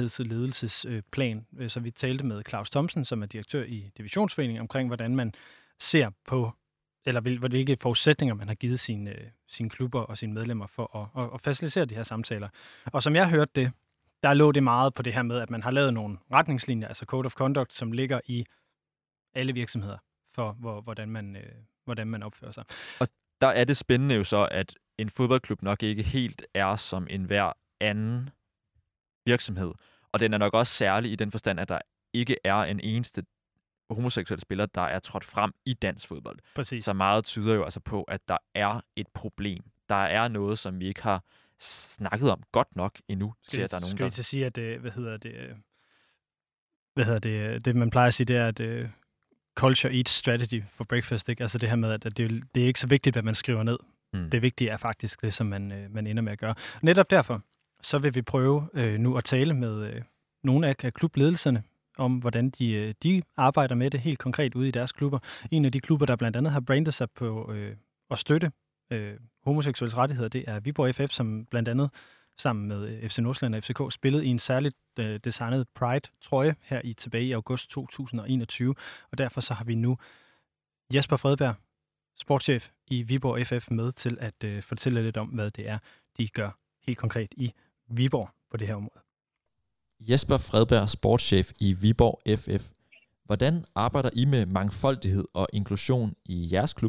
virksomhedsledelsesplan. Øh, så vi talte med Claus Thomsen, som er direktør i Divisionsforeningen, omkring hvordan man ser på, eller hvilke forudsætninger man har givet sine, sine klubber og sine medlemmer for at, at, at facilitere de her samtaler. Og som jeg hørte det, der lå det meget på det her med, at man har lavet nogle retningslinjer, altså Code of Conduct, som ligger i alle virksomheder for, hvor, hvordan, man, øh, hvordan man opfører sig. Og der er det spændende jo så, at en fodboldklub nok ikke helt er som en hver anden virksomhed. Og den er nok også særlig i den forstand, at der ikke er en eneste homoseksuelle spiller, der er trådt frem i dansk fodbold. Præcis. Så meget tyder jo altså på, at der er et problem. Der er noget, som vi ikke har snakket om godt nok endnu, skal til at der er nogen, skal der... vi til at sige, at det, hvad hedder det, hvad hedder det, det man plejer at sige, det er, at uh, culture eats strategy for breakfast, ikke? Altså det her med, at det, det er ikke så vigtigt, hvad man skriver ned. Mm. Det vigtige er faktisk det, som man, uh, man ender med at gøre. Netop derfor, så vil vi prøve uh, nu at tale med uh, nogle af klubledelserne om, hvordan de, de arbejder med det helt konkret ude i deres klubber. En af de klubber, der blandt andet har brandet sig på øh, at støtte øh, homoseksuelles rettigheder, det er Viborg F F, som blandt andet sammen med F C Nordsjælland og F C K spillede i en særligt øh, designet Pride-trøje her i tilbage i august to tusind og enogtyve. Og derfor så har vi nu Jesper Fredberg, sportschef i Viborg F F, med til at øh, fortælle lidt om, hvad det er, de gør helt konkret i Viborg på det her område. Jesper Fredberg, sportschef i Viborg F F. Hvordan arbejder I med mangfoldighed og inklusion i jeres klub?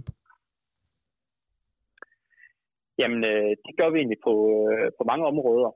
Jamen, det gør vi egentlig på, på mange områder.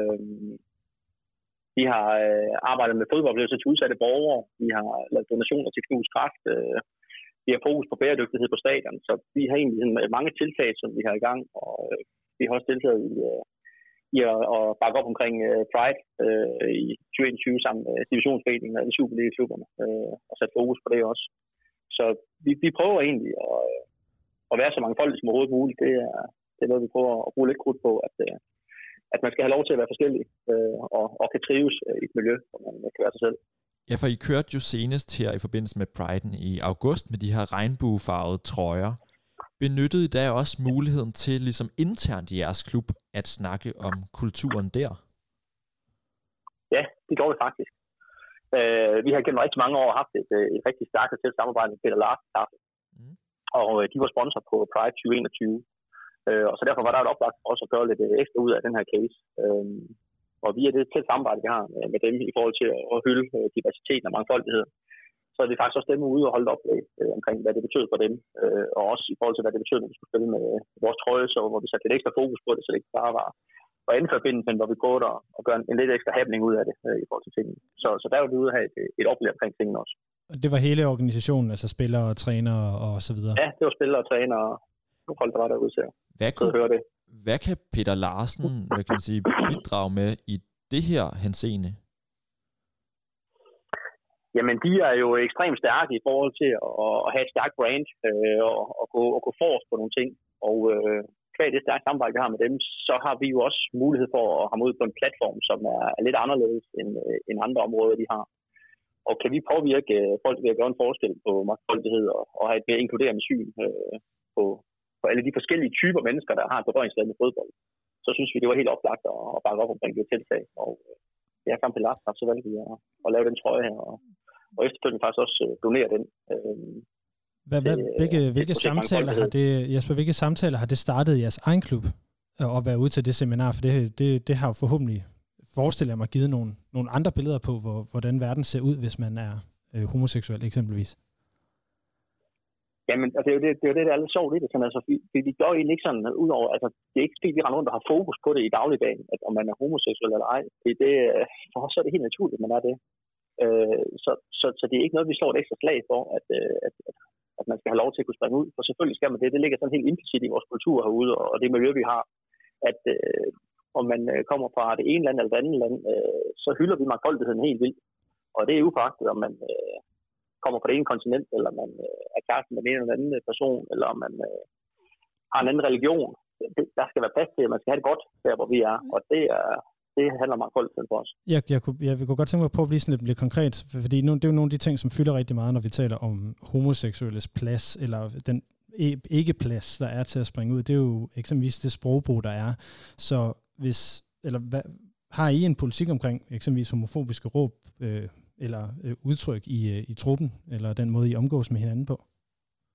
Vi har arbejdet med fodboldoplevelser til udsatte borgere. Vi har lavet donationer til Knus Kræft. Vi har fokus på bæredygtighed på stadion. Så vi har egentlig mange tiltag, som vi har i gang. Og vi har også deltaget i... i at, at bakke op omkring uh, Pride uh, i tyve enogtyve sammen med divisionsforeningen og de Superliga-klubberne uh, og sat fokus på det også. Så vi, vi prøver egentlig at, at være så mangfoldige som overhovedet muligt. Det er, det er noget, vi prøver at bruge lidt krudt på, at, uh, at man skal have lov til at være forskellig uh, og, og kan trives uh, i et miljø, hvor man kan være sig selv. Ja, for I kørte jo senest her i forbindelse med Pride'en i august med de her regnbuefarvede trøjer. Benyttede I da også muligheden til, ligesom internt i jeres klub, at snakke om kulturen der? Ja, det gjorde vi faktisk. Uh, vi har gennem rigtig mange år haft et, et rigtig stærkt og tæt samarbejde med Peter Larsen, mm. og uh, de var sponsor på Pride tyve enogtyve. Uh, og så derfor var der et oplagt for os at gøre lidt ekstra ud af den her case. Uh, og via det tæt samarbejde, vi har med dem i forhold til at hylde diversiteten og mangfoldighed, så er vi faktisk også dem ude og holde oplæg øh, omkring, hvad det betød for dem, øh, og også i forhold til, hvad det betød, når vi skulle spille med vores trøje, så hvor vi satte lidt ekstra fokus på det, så det ikke bare var at indføre binden, men hvor vi går der og gør en, en lidt ekstra happening ud af det øh, i forhold til tingene. Så, så der var vi ude at have et, et oplæg omkring tingene også. Og det var hele organisationen, altså spillere og trænere og så videre? Ja, det var spillere og trænere og folk, der var derude til hvad kunne, at høre det. Hvad kan Peter Larsen, hvad kan man sige, bidrage med i det her henseende? Jamen, de er jo ekstremt stærke i forhold til at, at have et stærkt brand øh, og, og, gå, og gå forrest på nogle ting. Og øh, kvad det stærke samarbejde, vi har med dem, så har vi jo også mulighed for at have ud på en platform, som er, er lidt anderledes end, øh, end andre områder, de har. Og kan vi påvirke folk ved at gøre en forskel på mangfoldighed og, og have et mere inkluderende syn øh, på, på alle de forskellige typer mennesker, der har et berøringslag med fodbold, så synes vi, det var helt oplagt at, at bakke op omkring det tiltag. Og øh, jeg sammen til Lars, så valgte vi at, at lave den trøje her, og og efterfølgende faktisk også donere den. Øh, hvad, hvad, hvilke hvilke samtaler har det, Jesper, hvilke samtaler har det startet i jeres egen klub at være ude til det seminar? For det, det, det har jo forhåbentlig, forestiller jeg mig, givet nogle, nogle andre billeder på, hvor, hvordan verden ser ud, hvis man er øh, homoseksuel eksempelvis. Jamen, altså, det er jo det, det, er jo det der er lidt sjovt i det. Sådan, altså, vi, vi gør egentlig ikke sådan, udover, altså, det er ikke fordi, vi render rundt og har fokus på det i dagligdagen, at om man er homoseksuel eller ej. Det, det, for os er det helt naturligt, at man er det. Øh, så, så, så det er ikke noget, vi slår et ekstra slag for, at, at, at, at man skal have lov til at kunne springe ud. For selvfølgelig skal man det. Det ligger sådan helt implicit i vores kultur herude, og det miljø, vi har. At øh, om man kommer fra det ene land eller det andet land, øh, så hylder vi mangfoldigheden helt vildt. Og det er upåagtet, om man øh, kommer fra det ene kontinent, eller man øh, er kæreste med en eller anden person, eller om man øh, har en anden religion. Det, der skal være plads til, at man skal have det godt der, hvor vi er. Og det er... Det handler mangfoldigheden for os. Jeg, jeg, kunne, jeg vil godt tænke mig på at blive sådan lidt, lidt konkret, fordi nu, det er jo nogle af de ting, som fylder rigtig meget, når vi taler om homoseksuelles plads, eller den ikke-plads, der er til at springe ud. Det er jo eksempelvis det sprogbrug, der er. Så hvis, eller hvad, har I en politik omkring eksempelvis homofobiske råb, øh, eller øh, udtryk i, øh, i truppen, eller den måde, I omgås med hinanden på?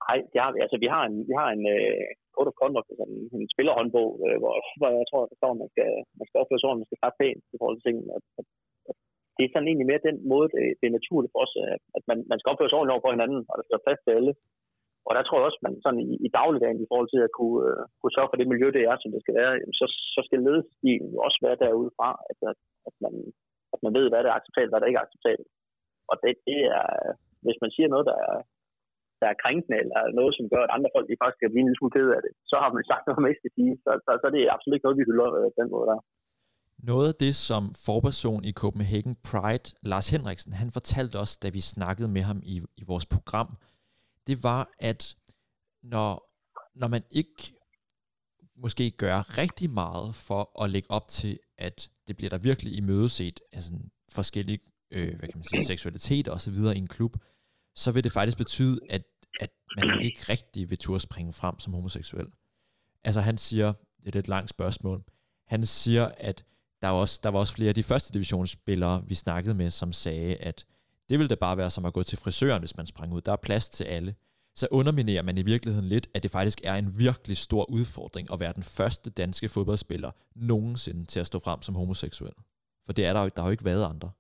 Nej, det har vi. Altså, vi har en, vi har en uh, code of conduct, altså en, en spillerhåndbog, uh, hvor, hvor jeg tror, at der står, at man skal, man skal opføre sig ordentligt, man skal starte pænt i forhold til tingene. At, at, at det er sådan egentlig mere den måde, det, det er naturligt for os, at man, man skal opføre sig ordentligt over for hinanden, og der skal være plads til alle. Og der tror jeg også, at man sådan i, i dagligdagen i forhold til at kunne, uh, kunne sørge for det miljø, det er, som det skal være, så, så skal ledelsestilen jo også være derude fra, at, at, at, man, at man ved, hvad der er acceptabelt, hvad der ikke er acceptabelt. Og det, det er, hvis man siger noget, der er, der er krænkende, eller noget, som gør, at andre folk de faktisk skal blive en lille smule ked af det, så har man sagt noget, man ikke skal sige. Så, så, så det er absolut ikke noget, vi hylder øh, den måde der. Noget af det, som forperson i Copenhagen Pride, Lars Henriksen, han fortalte os, da vi snakkede med ham i, i vores program, det var, at når, når man ikke måske gør rigtig meget for at lægge op til, at det bliver der virkelig imødeset af sådan forskellige øh, hvad kan man sige, seksualiteter og så videre i en klub, så vil det faktisk betyde, at, at man nok ikke rigtig vil turde springe frem som homoseksuel. Altså han siger, det er et langt spørgsmål, han siger, at der var, også, der var også flere af de første divisionsspillere, vi snakkede med, som sagde, at det ville da bare være som at gå til frisøren, hvis man sprang ud. Der er plads til alle. Så underminerer man i virkeligheden lidt, at det faktisk er en virkelig stor udfordring at være den første danske fodboldspiller nogensinde til at stå frem som homoseksuel. For det er der jo, der har jo ikke været andre.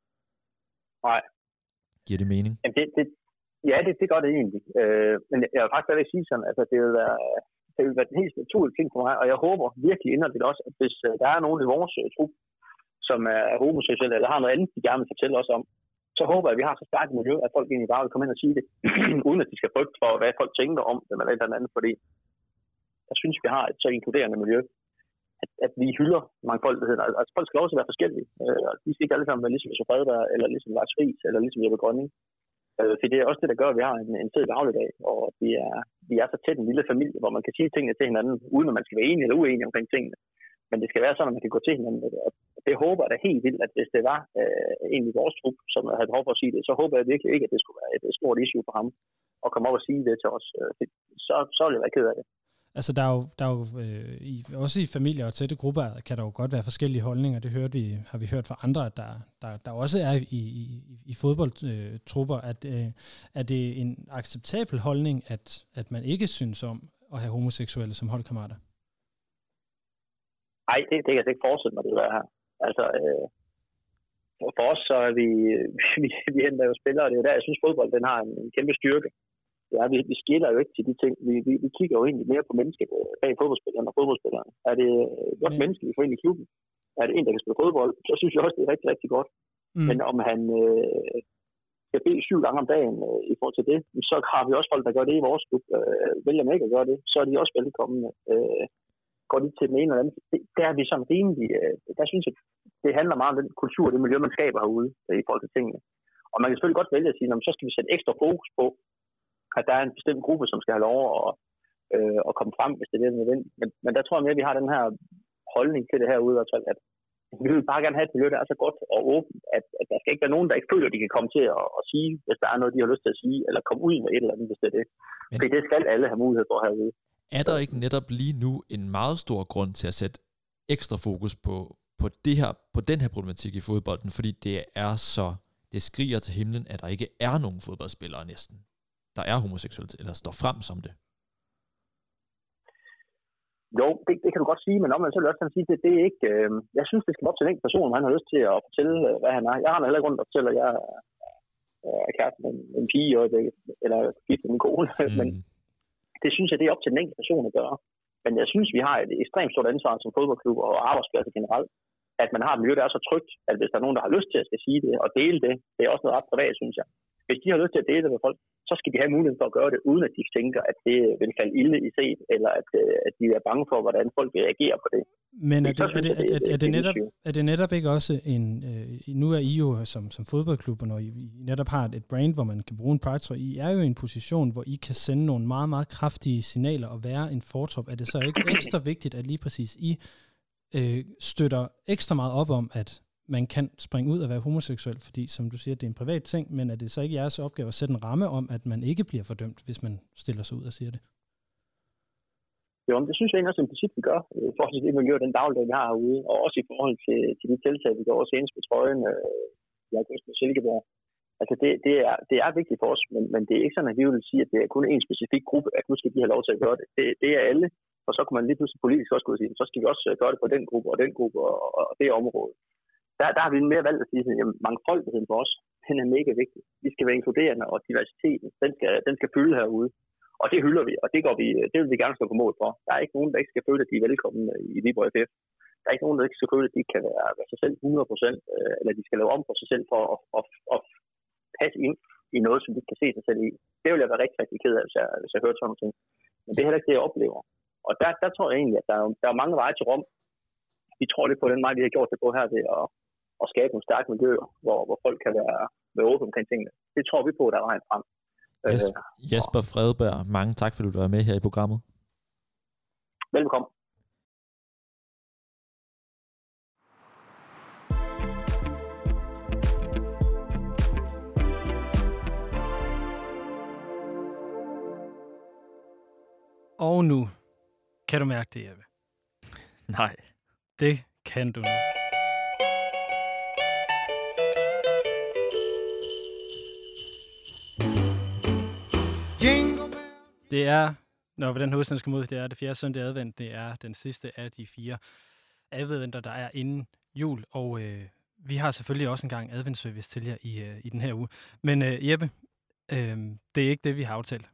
Nej. Giver det mening? Jamen det, det, ja, det, det gør det egentlig. Øh, men jeg vil faktisk ikke sige sådan, altså det vil være, det vil være den helt naturlige ting for mig, og jeg håber virkelig inderligt også, at hvis uh, der er nogen i vores uh, trup, som er homoseksuelle, eller har noget andet, de gerne vil fortælle os om, så håber jeg, at vi har så stærkt miljø, at folk egentlig bare vil komme ind og sige det, uden at de skal frygte for, hvad folk tænker om det, eller et eller andet, fordi jeg synes, vi har et så inkluderende miljø, at, at vi hylder mangfoldigheden. Altså folk skal også være forskellige, øh, og de skal ikke alle sammen være ligesom Josef Fredberg, eller ligesom Lars Friis, eller ligesom Jeppe Grønning. Øh, for det er også det, der gør, at vi har en, en fed dagligdag, og vi er, vi er så tæt en lille familie, hvor man kan sige tingene til hinanden, uden at man skal være enig eller uenig omkring tingene. Men det skal være sådan, at man kan gå til hinanden med det. Og det håber jeg da helt vildt, at hvis det var øh, en i vores trup, som havde behov for at sige det, så håber jeg virkelig ikke, at det skulle være et, et stort issue for ham, at komme op og sige det til os. Øh, så, så ville jeg være ked af det. Altså, der er jo, der er jo øh, i, også i familier og tætte grupper, kan der jo godt være forskellige holdninger. Det hørte vi, har vi hørt fra andre, at der, der, der også er i, i, i fodboldtrupper, øh, at øh, er det en acceptabel holdning, at, at man ikke synes om at have homoseksuelle som holdkammerater? Nej, det, det kan jeg ikke forestille mig, det vil være her. Altså, øh, for os så er vi, vi, vi henter jo spillere, og det er jo der, jeg synes, fodbold den har en, en kæmpe styrke. Ja, vi, vi skiller jo ikke til de ting. Vi, vi, vi kigger jo egentlig mere på mennesker bag fodboldspillerne og fodboldspillerne. Er det et godt menneske, vi får ind i klubben? Er det en, der kan spille fodbold? Så synes jeg også, det er rigtig, rigtig godt. Mm. Men om han øh, skal bede syv gange om dagen øh, i forhold til det, så har vi også folk, der gør det i vores klub. Øh, vælger man ikke at gøre det, så er de også velkomne. Øh, går de til den ene eller anden. Det, der er vi sådan rimelig. Øh, der synes jeg, det handler meget om den kultur og det miljø, man skaber herude øh, i forhold til tingene. Og man kan selvfølgelig godt vælge at sige, så skal vi sætte ekstra fokus på, at der er en bestemt gruppe, som skal have lov at, øh, at komme frem, hvis det er nødvendigt. Men, men der tror jeg mere, at vi har den her holdning til det herude, at vi vil bare gerne have et miljø, der er så godt og åbent, at, at der skal ikke være nogen, der ikke føler, at de kan komme til at, at sige, hvis der er noget, de har lyst til at sige, eller komme ud med et eller andet, hvis det er det. Men fordi det skal alle have mulighed for herude. Er der ikke netop lige nu en meget stor grund til at sætte ekstra fokus på, på, det her, på den her problematik i fodbolden, fordi det er så, det skriger til himlen, at der ikke er nogen fodboldspillere næsten, der er homoseksuelt, eller står frem som det? Jo, det, det kan du godt sige, men omvendt så vil jeg også sige, at det, det er ikke... Øh, jeg synes, det skal være op til en enkelt person, om han har lyst til at fortælle, hvad han er. Jeg har heller ikke rundt og fortæller, at jeg er kæreste med en, en pige, eller gift med min kone, mm. men det synes jeg, det er op til den enkelte person at gøre. Men jeg synes, vi har et ekstremt stort ansvar som fodboldklub og arbejdspladser generelt, at man har et miljø, der er så trygt, at hvis der er nogen, der har lyst til at skal sige det og dele det, det er også noget ret privat, synes jeg. Hvis de har lyst til at dele det med folk, så skal de have muligheden for at gøre det, uden at de tænker, at det vil falde ilde i set, eller at, at de er bange for, hvordan folk vil reagere på det. Men er det, er det, er det, er det, netop, er det netop ikke også en... Øh, nu er I jo som, som fodboldklub, og når I, I netop har et brand, hvor man kan bruge en pride, så I er jo i en position, hvor I kan sende nogle meget, meget kraftige signaler og være en fortop. Er det så ikke ekstra vigtigt, at lige præcis I øh, støtter ekstra meget op om, at man kan springe ud og være homoseksuel, fordi, som du siger, det er en privat ting, men er det så ikke jeres opgave at sætte en ramme om, at man ikke bliver fordømt, hvis man stiller sig ud og siger det? Jo, det synes jeg egentlig også, en princip, vi gør, i forhold til det miljø og den dagligdag, vi har herude, og også i forhold til, til de tiltag, vi gør også senest på trøjen, øh, i august med Silkeborg. Altså det, det, er, det er vigtigt for os, men, men det er ikke sådan, at vi vil sige, at det er kun en specifik gruppe, at nu skal de have lov til at gøre det. Det, det er alle, og så kan man lige pludselig politisk også gå og sige, så skal vi også gøre det på den gruppe og den gruppe og, og det område. Der, der har vi mere valgt at sige, at mangfoldigheden for os, den er mega vigtig. Vi skal være inkluderende, og diversiteten, den skal, den skal fylde herude. Og det hylder vi, og det, går vi, det vil vi gerne stå på mål for. Der er ikke nogen, der ikke skal føle, at de er velkomne i Viborg F F. Der er ikke nogen, der ikke skal føle, at de kan være, være sig selv hundrede procent, eller de skal lave om på sig selv for at, at, at passe ind i noget, som de kan se sig selv i. Det vil jeg være rigtig, rigtig ked af, hvis jeg, hvis jeg hørte sådan noget ting. Men det er heller ikke det, jeg oplever. Og der, der tror jeg egentlig, at der er, der er mange veje til Rom. Vi tror lidt på den vej, vi har gjort det på her, det at, at skabe nogle stærke miljøer, hvor, hvor folk kan være, være åbne omkring tingene. Det tror vi på, der er vejen frem. Jesper, Jesper Fredberg, mange tak, fordi du var med her i programmet. Velkommen. Og nu kan du mærke det, Jeppe. Nej. Det kan du nu. Det er, når den hovedstand skal mod, det er det fjerde søndag advent. Det er den sidste af de fire adventer, der er inden jul. Og øh, vi har selvfølgelig også en gang adventsservice til jer i, øh, i den her uge. Men øh, Jeppe, øh, det er ikke det, vi har aftalt,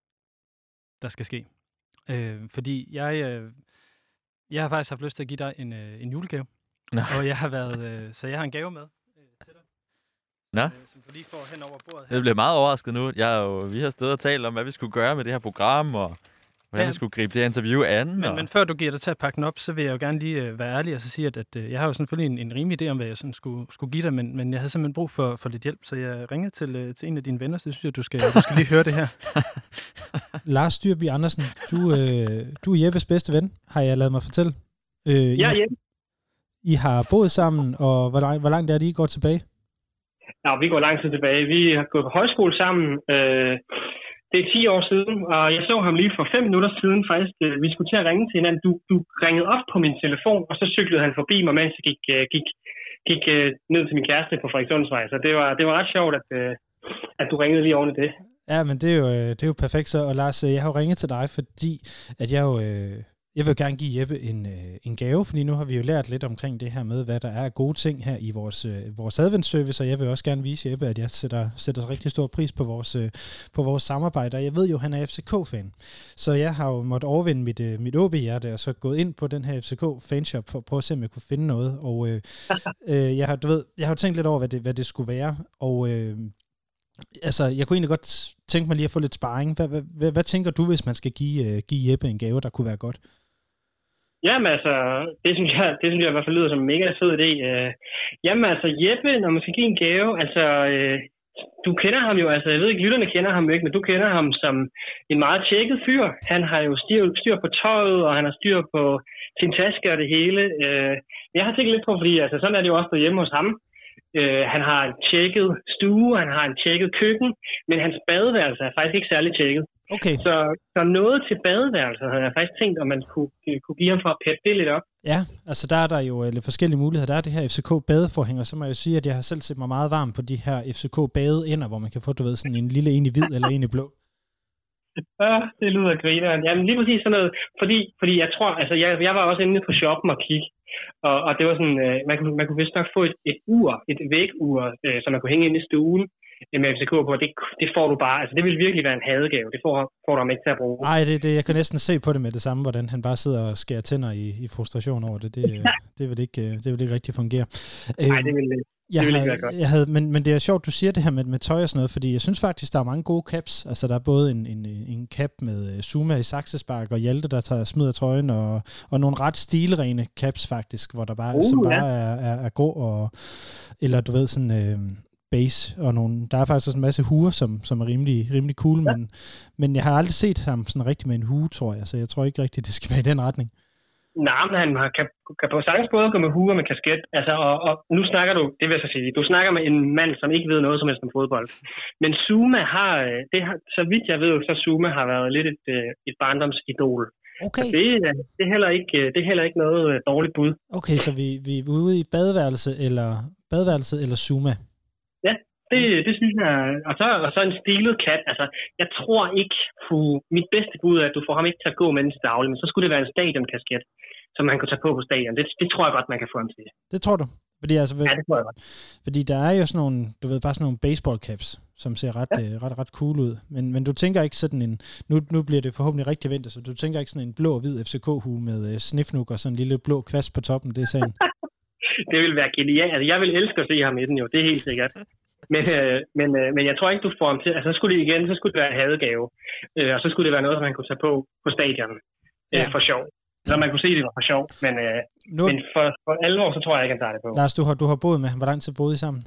der skal ske. Øh, fordi jeg, øh, jeg har faktisk haft lyst til at give dig en, øh, en julegave. Nå. Og jeg har været, øh, så jeg har en gave med øh, til dig. Nå. Øh, som du lige får hen over bordet her. Jeg bliver meget overrasket nu. Jeg er jo, vi har stået og talt om, hvad vi skulle gøre med det her program, og hvordan ja. vi skulle gribe det her interview an. Men, og... men før du giver dig til at pakke den op, så vil jeg jo gerne lige øh, være ærlig og så sige, at, at øh, jeg har jo selvfølgelig en, en rimelig idé om, hvad jeg sådan skulle, skulle give dig, men, men jeg havde simpelthen brug for, for lidt hjælp, så jeg ringede til, øh, til en af dine venner, så det synes jeg, du skal, du skal lige høre det her. Lars Dyrby Andersen, du, øh, du er Jeppes bedste ven, har jeg ladet mig fortælle. Øh, ja, Jeppe. I har boet sammen, og hvor, lang, hvor langt er det, I går tilbage? Ja, vi går lang tid tilbage. Vi har gået på højskole sammen. Øh, det er ti år siden, og jeg så ham lige for fem minutter siden faktisk. Øh, vi skulle til at ringe til hinanden. Du, du ringede op på min telefon, og så cyklede han forbi mig, mens jeg gik, øh, gik, gik øh, ned til min kæreste på Frederikssundsvej. Så det var, det var ret sjovt, at, øh, at du ringede lige oven i det. Ja, men det er jo, det er jo perfekt så. Og Lars, jeg har jo ringet til dig, fordi at jeg jo... Øh Jeg vil gerne give Jeppe en, øh, en gave, fordi nu har vi jo lært lidt omkring det her med, hvad der er gode ting her i vores, øh, vores adventsservice, og jeg vil også gerne vise Jeppe, at jeg sætter, sætter rigtig stor pris på vores, øh, på vores samarbejde, og jeg ved jo, at han er F C K-fan. Så jeg har jo måttet overvinde mit, øh, mit O B-hjerte, og så gået ind på den her F C K-fanshop for at prøve at se, om jeg kunne finde noget, og øh, øh, jeg, har, du ved, jeg har jo tænkt lidt over, hvad det, hvad det skulle være, og... Øh, Altså, jeg kunne egentlig godt tænke mig lige at få lidt sparring. Hvad, hvad, hvad, hvad tænker du, hvis man skal give, uh, give Jeppe en gave, der kunne være godt? Jamen altså, det synes jeg, det synes jeg i hvert fald lyder som en mega fed idé. Uh, jamen altså, Jeppe, når man skal give en gave, altså, uh, du kender ham jo, altså, jeg ved ikke, lytterne kender ham ikke, men du kender ham som en meget tjekket fyr. Han har jo styr, styr på tøjet, og han har styr på sin taske og det hele. Uh, jeg har tænkt lidt på, fordi altså, sådan er det jo også derhjemme hos ham. Uh, han har en tjekket stue, han har en tjekket køkken, men hans badeværelse er faktisk ikke særlig tjekket. Okay. Så, så noget til badeværelset havde jeg faktisk tænkt, om man kunne, kunne give ham for at peppe det lidt op. Ja, altså der er der jo lidt forskellige muligheder. Der er det her F C K badeforhæng, og så må jeg jo sige, at jeg har selv set mig meget varm på de her F C K badeender, hvor man kan få, du ved, sådan en lille en i hvid eller en i blå. Ja, det lyder grineren. Jamen lige præcis sådan noget, fordi, fordi jeg tror, altså jeg, jeg var også inde på shoppen og kigge, og, og det var sådan, øh, man, kunne, man kunne vist nok få et, et ur, et vægur, øh, som man kunne hænge inde i stuen øh, med F C K på, det, det får du bare, altså det vil virkelig være en hadegave, det får, får du ham ikke til at bruge. Nej, det, det, jeg kan næsten se på det med det samme, hvordan han bare sidder og skærer tænder i, i frustration over det, det, det, vil ikke, det vil ikke rigtig fungere. Nej, det vil det. Jeg havde, jeg havde, men, men det er sjovt, du siger det her med, med tøj og sådan noget, fordi jeg synes faktisk, der er mange gode caps. Altså, der er både en, en, en cap med Zuma i saksespark og Hjalte, der tager smider trøjen, og, og nogle ret stilrene caps faktisk, hvor der bare, uh, som bare ja. er, er, er grå, og, eller du ved, sådan øh, base, og nogle, der er faktisk også en masse huer, som, som er rimelig, rimelig cool, ja. men, men jeg har aldrig set ham sådan rigtig med en hue, tror jeg, så jeg tror ikke rigtigt, det skal være i den retning. Nej, men han kan, kan på sagtens både gå med hue og med kasket. Altså, og, og nu snakker du, det vil jeg så sige, du snakker med en mand, som ikke ved noget som helst om fodbold. Men Zuma har, det har, så vidt jeg ved, så Zuma har været lidt et, et barndomsidol. Okay. Så det, det, er heller ikke, det er heller ikke noget dårligt bud. Okay, så vi, vi er ude i badeværelse eller, badeværelset eller Zuma? Ja, Det, det synes jeg. Og så, og så en stilet kat. Altså, jeg tror ikke, fu, mit bedste bud er, at du får ham ikke til at gå med den dagligt, men så skulle det være en stadionkasket, som man kunne tage på på stadion. Det, det tror jeg godt, man kan få ham til. Det tror du? Fordi, altså, ja, det tror jeg godt. Fordi der er jo sådan nogle, du ved, bare sådan nogle baseball caps, som ser ret, ja. øh, ret, ret cool ud. Men, men du tænker ikke sådan en, nu, nu bliver det forhåbentlig rigtig vinter, så du tænker ikke sådan en blå og hvid F C K-hue med øh, snifnuk og sådan en lille blå kvast på toppen, det er sagen. Det vil være genialt. Altså, jeg vil elske at se ham i den jo, det er helt sikkert. Men, øh, men, øh, men jeg tror ikke, du får ham til. Altså, så skulle det igen, så skulle det være en hadegave. Øh, og så skulle det være noget, som man kunne tage på på stadion øh, ja. for sjov. Så man kunne se, det var for sjov. Men, øh, nu... men for, for alvor, så tror jeg ikke, han tager det på. Lars, du har, du har boet med ham. Hvor lang tid boede I sammen?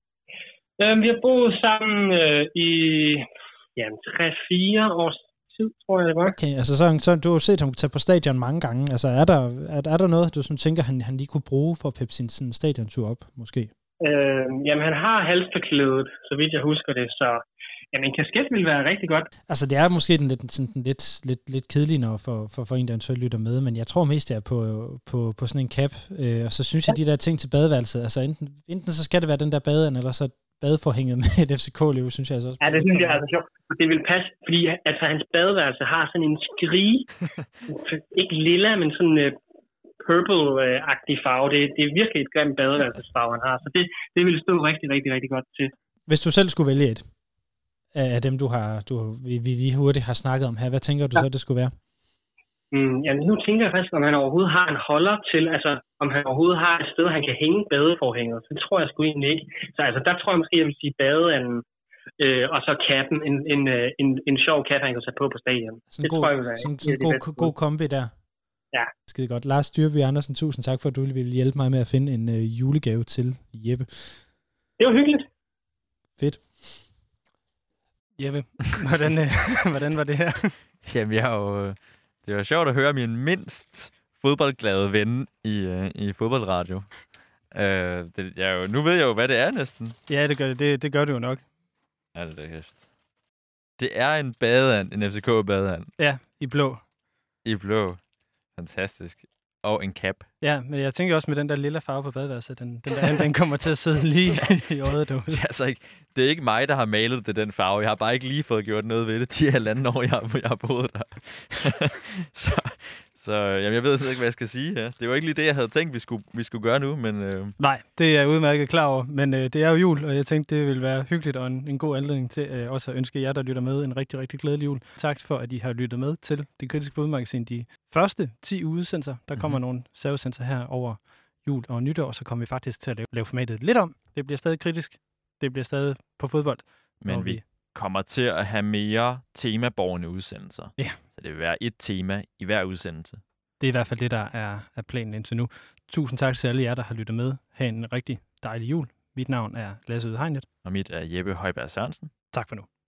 Øh, vi har boet sammen øh, i ja, tre fire års tid, tror jeg det var. Okay, altså så, så du har set ham tage på stadion mange gange. Altså er der, er, er der noget, du sådan tænker, han, han lige kunne bruge for at peppe sin sådan, stadiontur op, måske? Øh, jamen, han har halsterklædet, så vidt jeg husker det, så jamen, en kasket ville være rigtig godt. Altså, det er måske den lidt, sådan, den lidt, lidt, lidt kedelig, når for, for, for en, der eventuelt lytter med, men jeg tror mest, det er på, på, på sådan en cap, øh, og så synes jeg, de der ting til badeværelset, altså enten, enten så skal det være den der badeand, eller så badeforhænget med et F C K-liv, synes jeg altså også. Ja, det synes jeg altså sjovt. Det vil passe, fordi altså, hans badeværelse har sådan en skrige, ikke lilla, men sådan uh, purple-agtig farve. Det, det er virkelig et grimt badeværelsesfarve, han har, så det, det vil stå rigtig, rigtig, rigtig godt til. Hvis du selv skulle vælge et af dem, du har, du, vi, vi lige hurtigt har snakket om her, hvad tænker du ja. så, det skulle være? Mm, jamen, nu tænker jeg faktisk, om han overhovedet har en holder til, altså om han overhovedet har et sted, han kan hænge badeforhænget. Det tror jeg sgu egentlig ikke. Så altså, der tror jeg måske, jeg vil sige badeanden, øh, og så kappen, en, en, en, en sjov kat, han kan tage på på stadion. Sådan det god, tror jeg vil være. Sådan en god, god kombi der. Ja. Skide godt. Lars Dyrby Andersen, tusind tak for, at du ville hjælpe mig med at finde en øh, julegave til Jeppe. Det var hyggeligt. Fedt. Jeppe, hvordan, øh, hvordan var det her? Jamen, jeg har jo... Det var sjovt at høre min mindst fodboldglade ven i, øh, i fodboldradio. Øh, det, jeg jo, nu ved jeg jo, hvad det er næsten. Ja, det gør det. Det gør du jo nok. Altså, det, er, det er en badeand, en F C K-badeand. Ja, i blå. I blå. Fantastisk. Og en cap. Ja, men jeg tænker også med den der lille farve på badeværelset, den, den der den kommer til at sidde lige i øjet derude. Det er, altså ikke, det er ikke mig, der har malet det, den farve. Jeg har bare ikke lige fået gjort noget ved det. De halvanden år, jeg, jeg har boet der. så så jamen, jeg ved ikke, hvad jeg skal sige her. Det var ikke lige det, jeg havde tænkt, vi skulle, vi skulle gøre nu. Men, øh... Nej, det er jeg udmærket klar over. Men øh, det er jo jul, og jeg tænkte, det ville være hyggeligt og en, en god anledning til øh, også at ønske jer, der lytter med, en rigtig, rigtig glædelig jul. Tak for, at I har lyttet med til Det Kritiske Fodboldmagasin. De første ti udsendelser, der kommer mm-hmm. nogle servesendelser her over jul og nytår, og så kommer vi faktisk til at lave, lave formatet lidt om. Det bliver stadig kritisk. Det bliver stadig på fodbold. Men vi, vi kommer til at have mere temaborgende udsendelser. Ja. Så det vil være et tema i hver udsendelse. Det er i hvert fald det, der er, er planen indtil nu. Tusind tak til alle jer, der har lyttet med. Ha' en rigtig dejlig jul. Mit navn er Lasse Udhegnet. Og mit er Jeppe Højberg Sørensen. Tak for nu.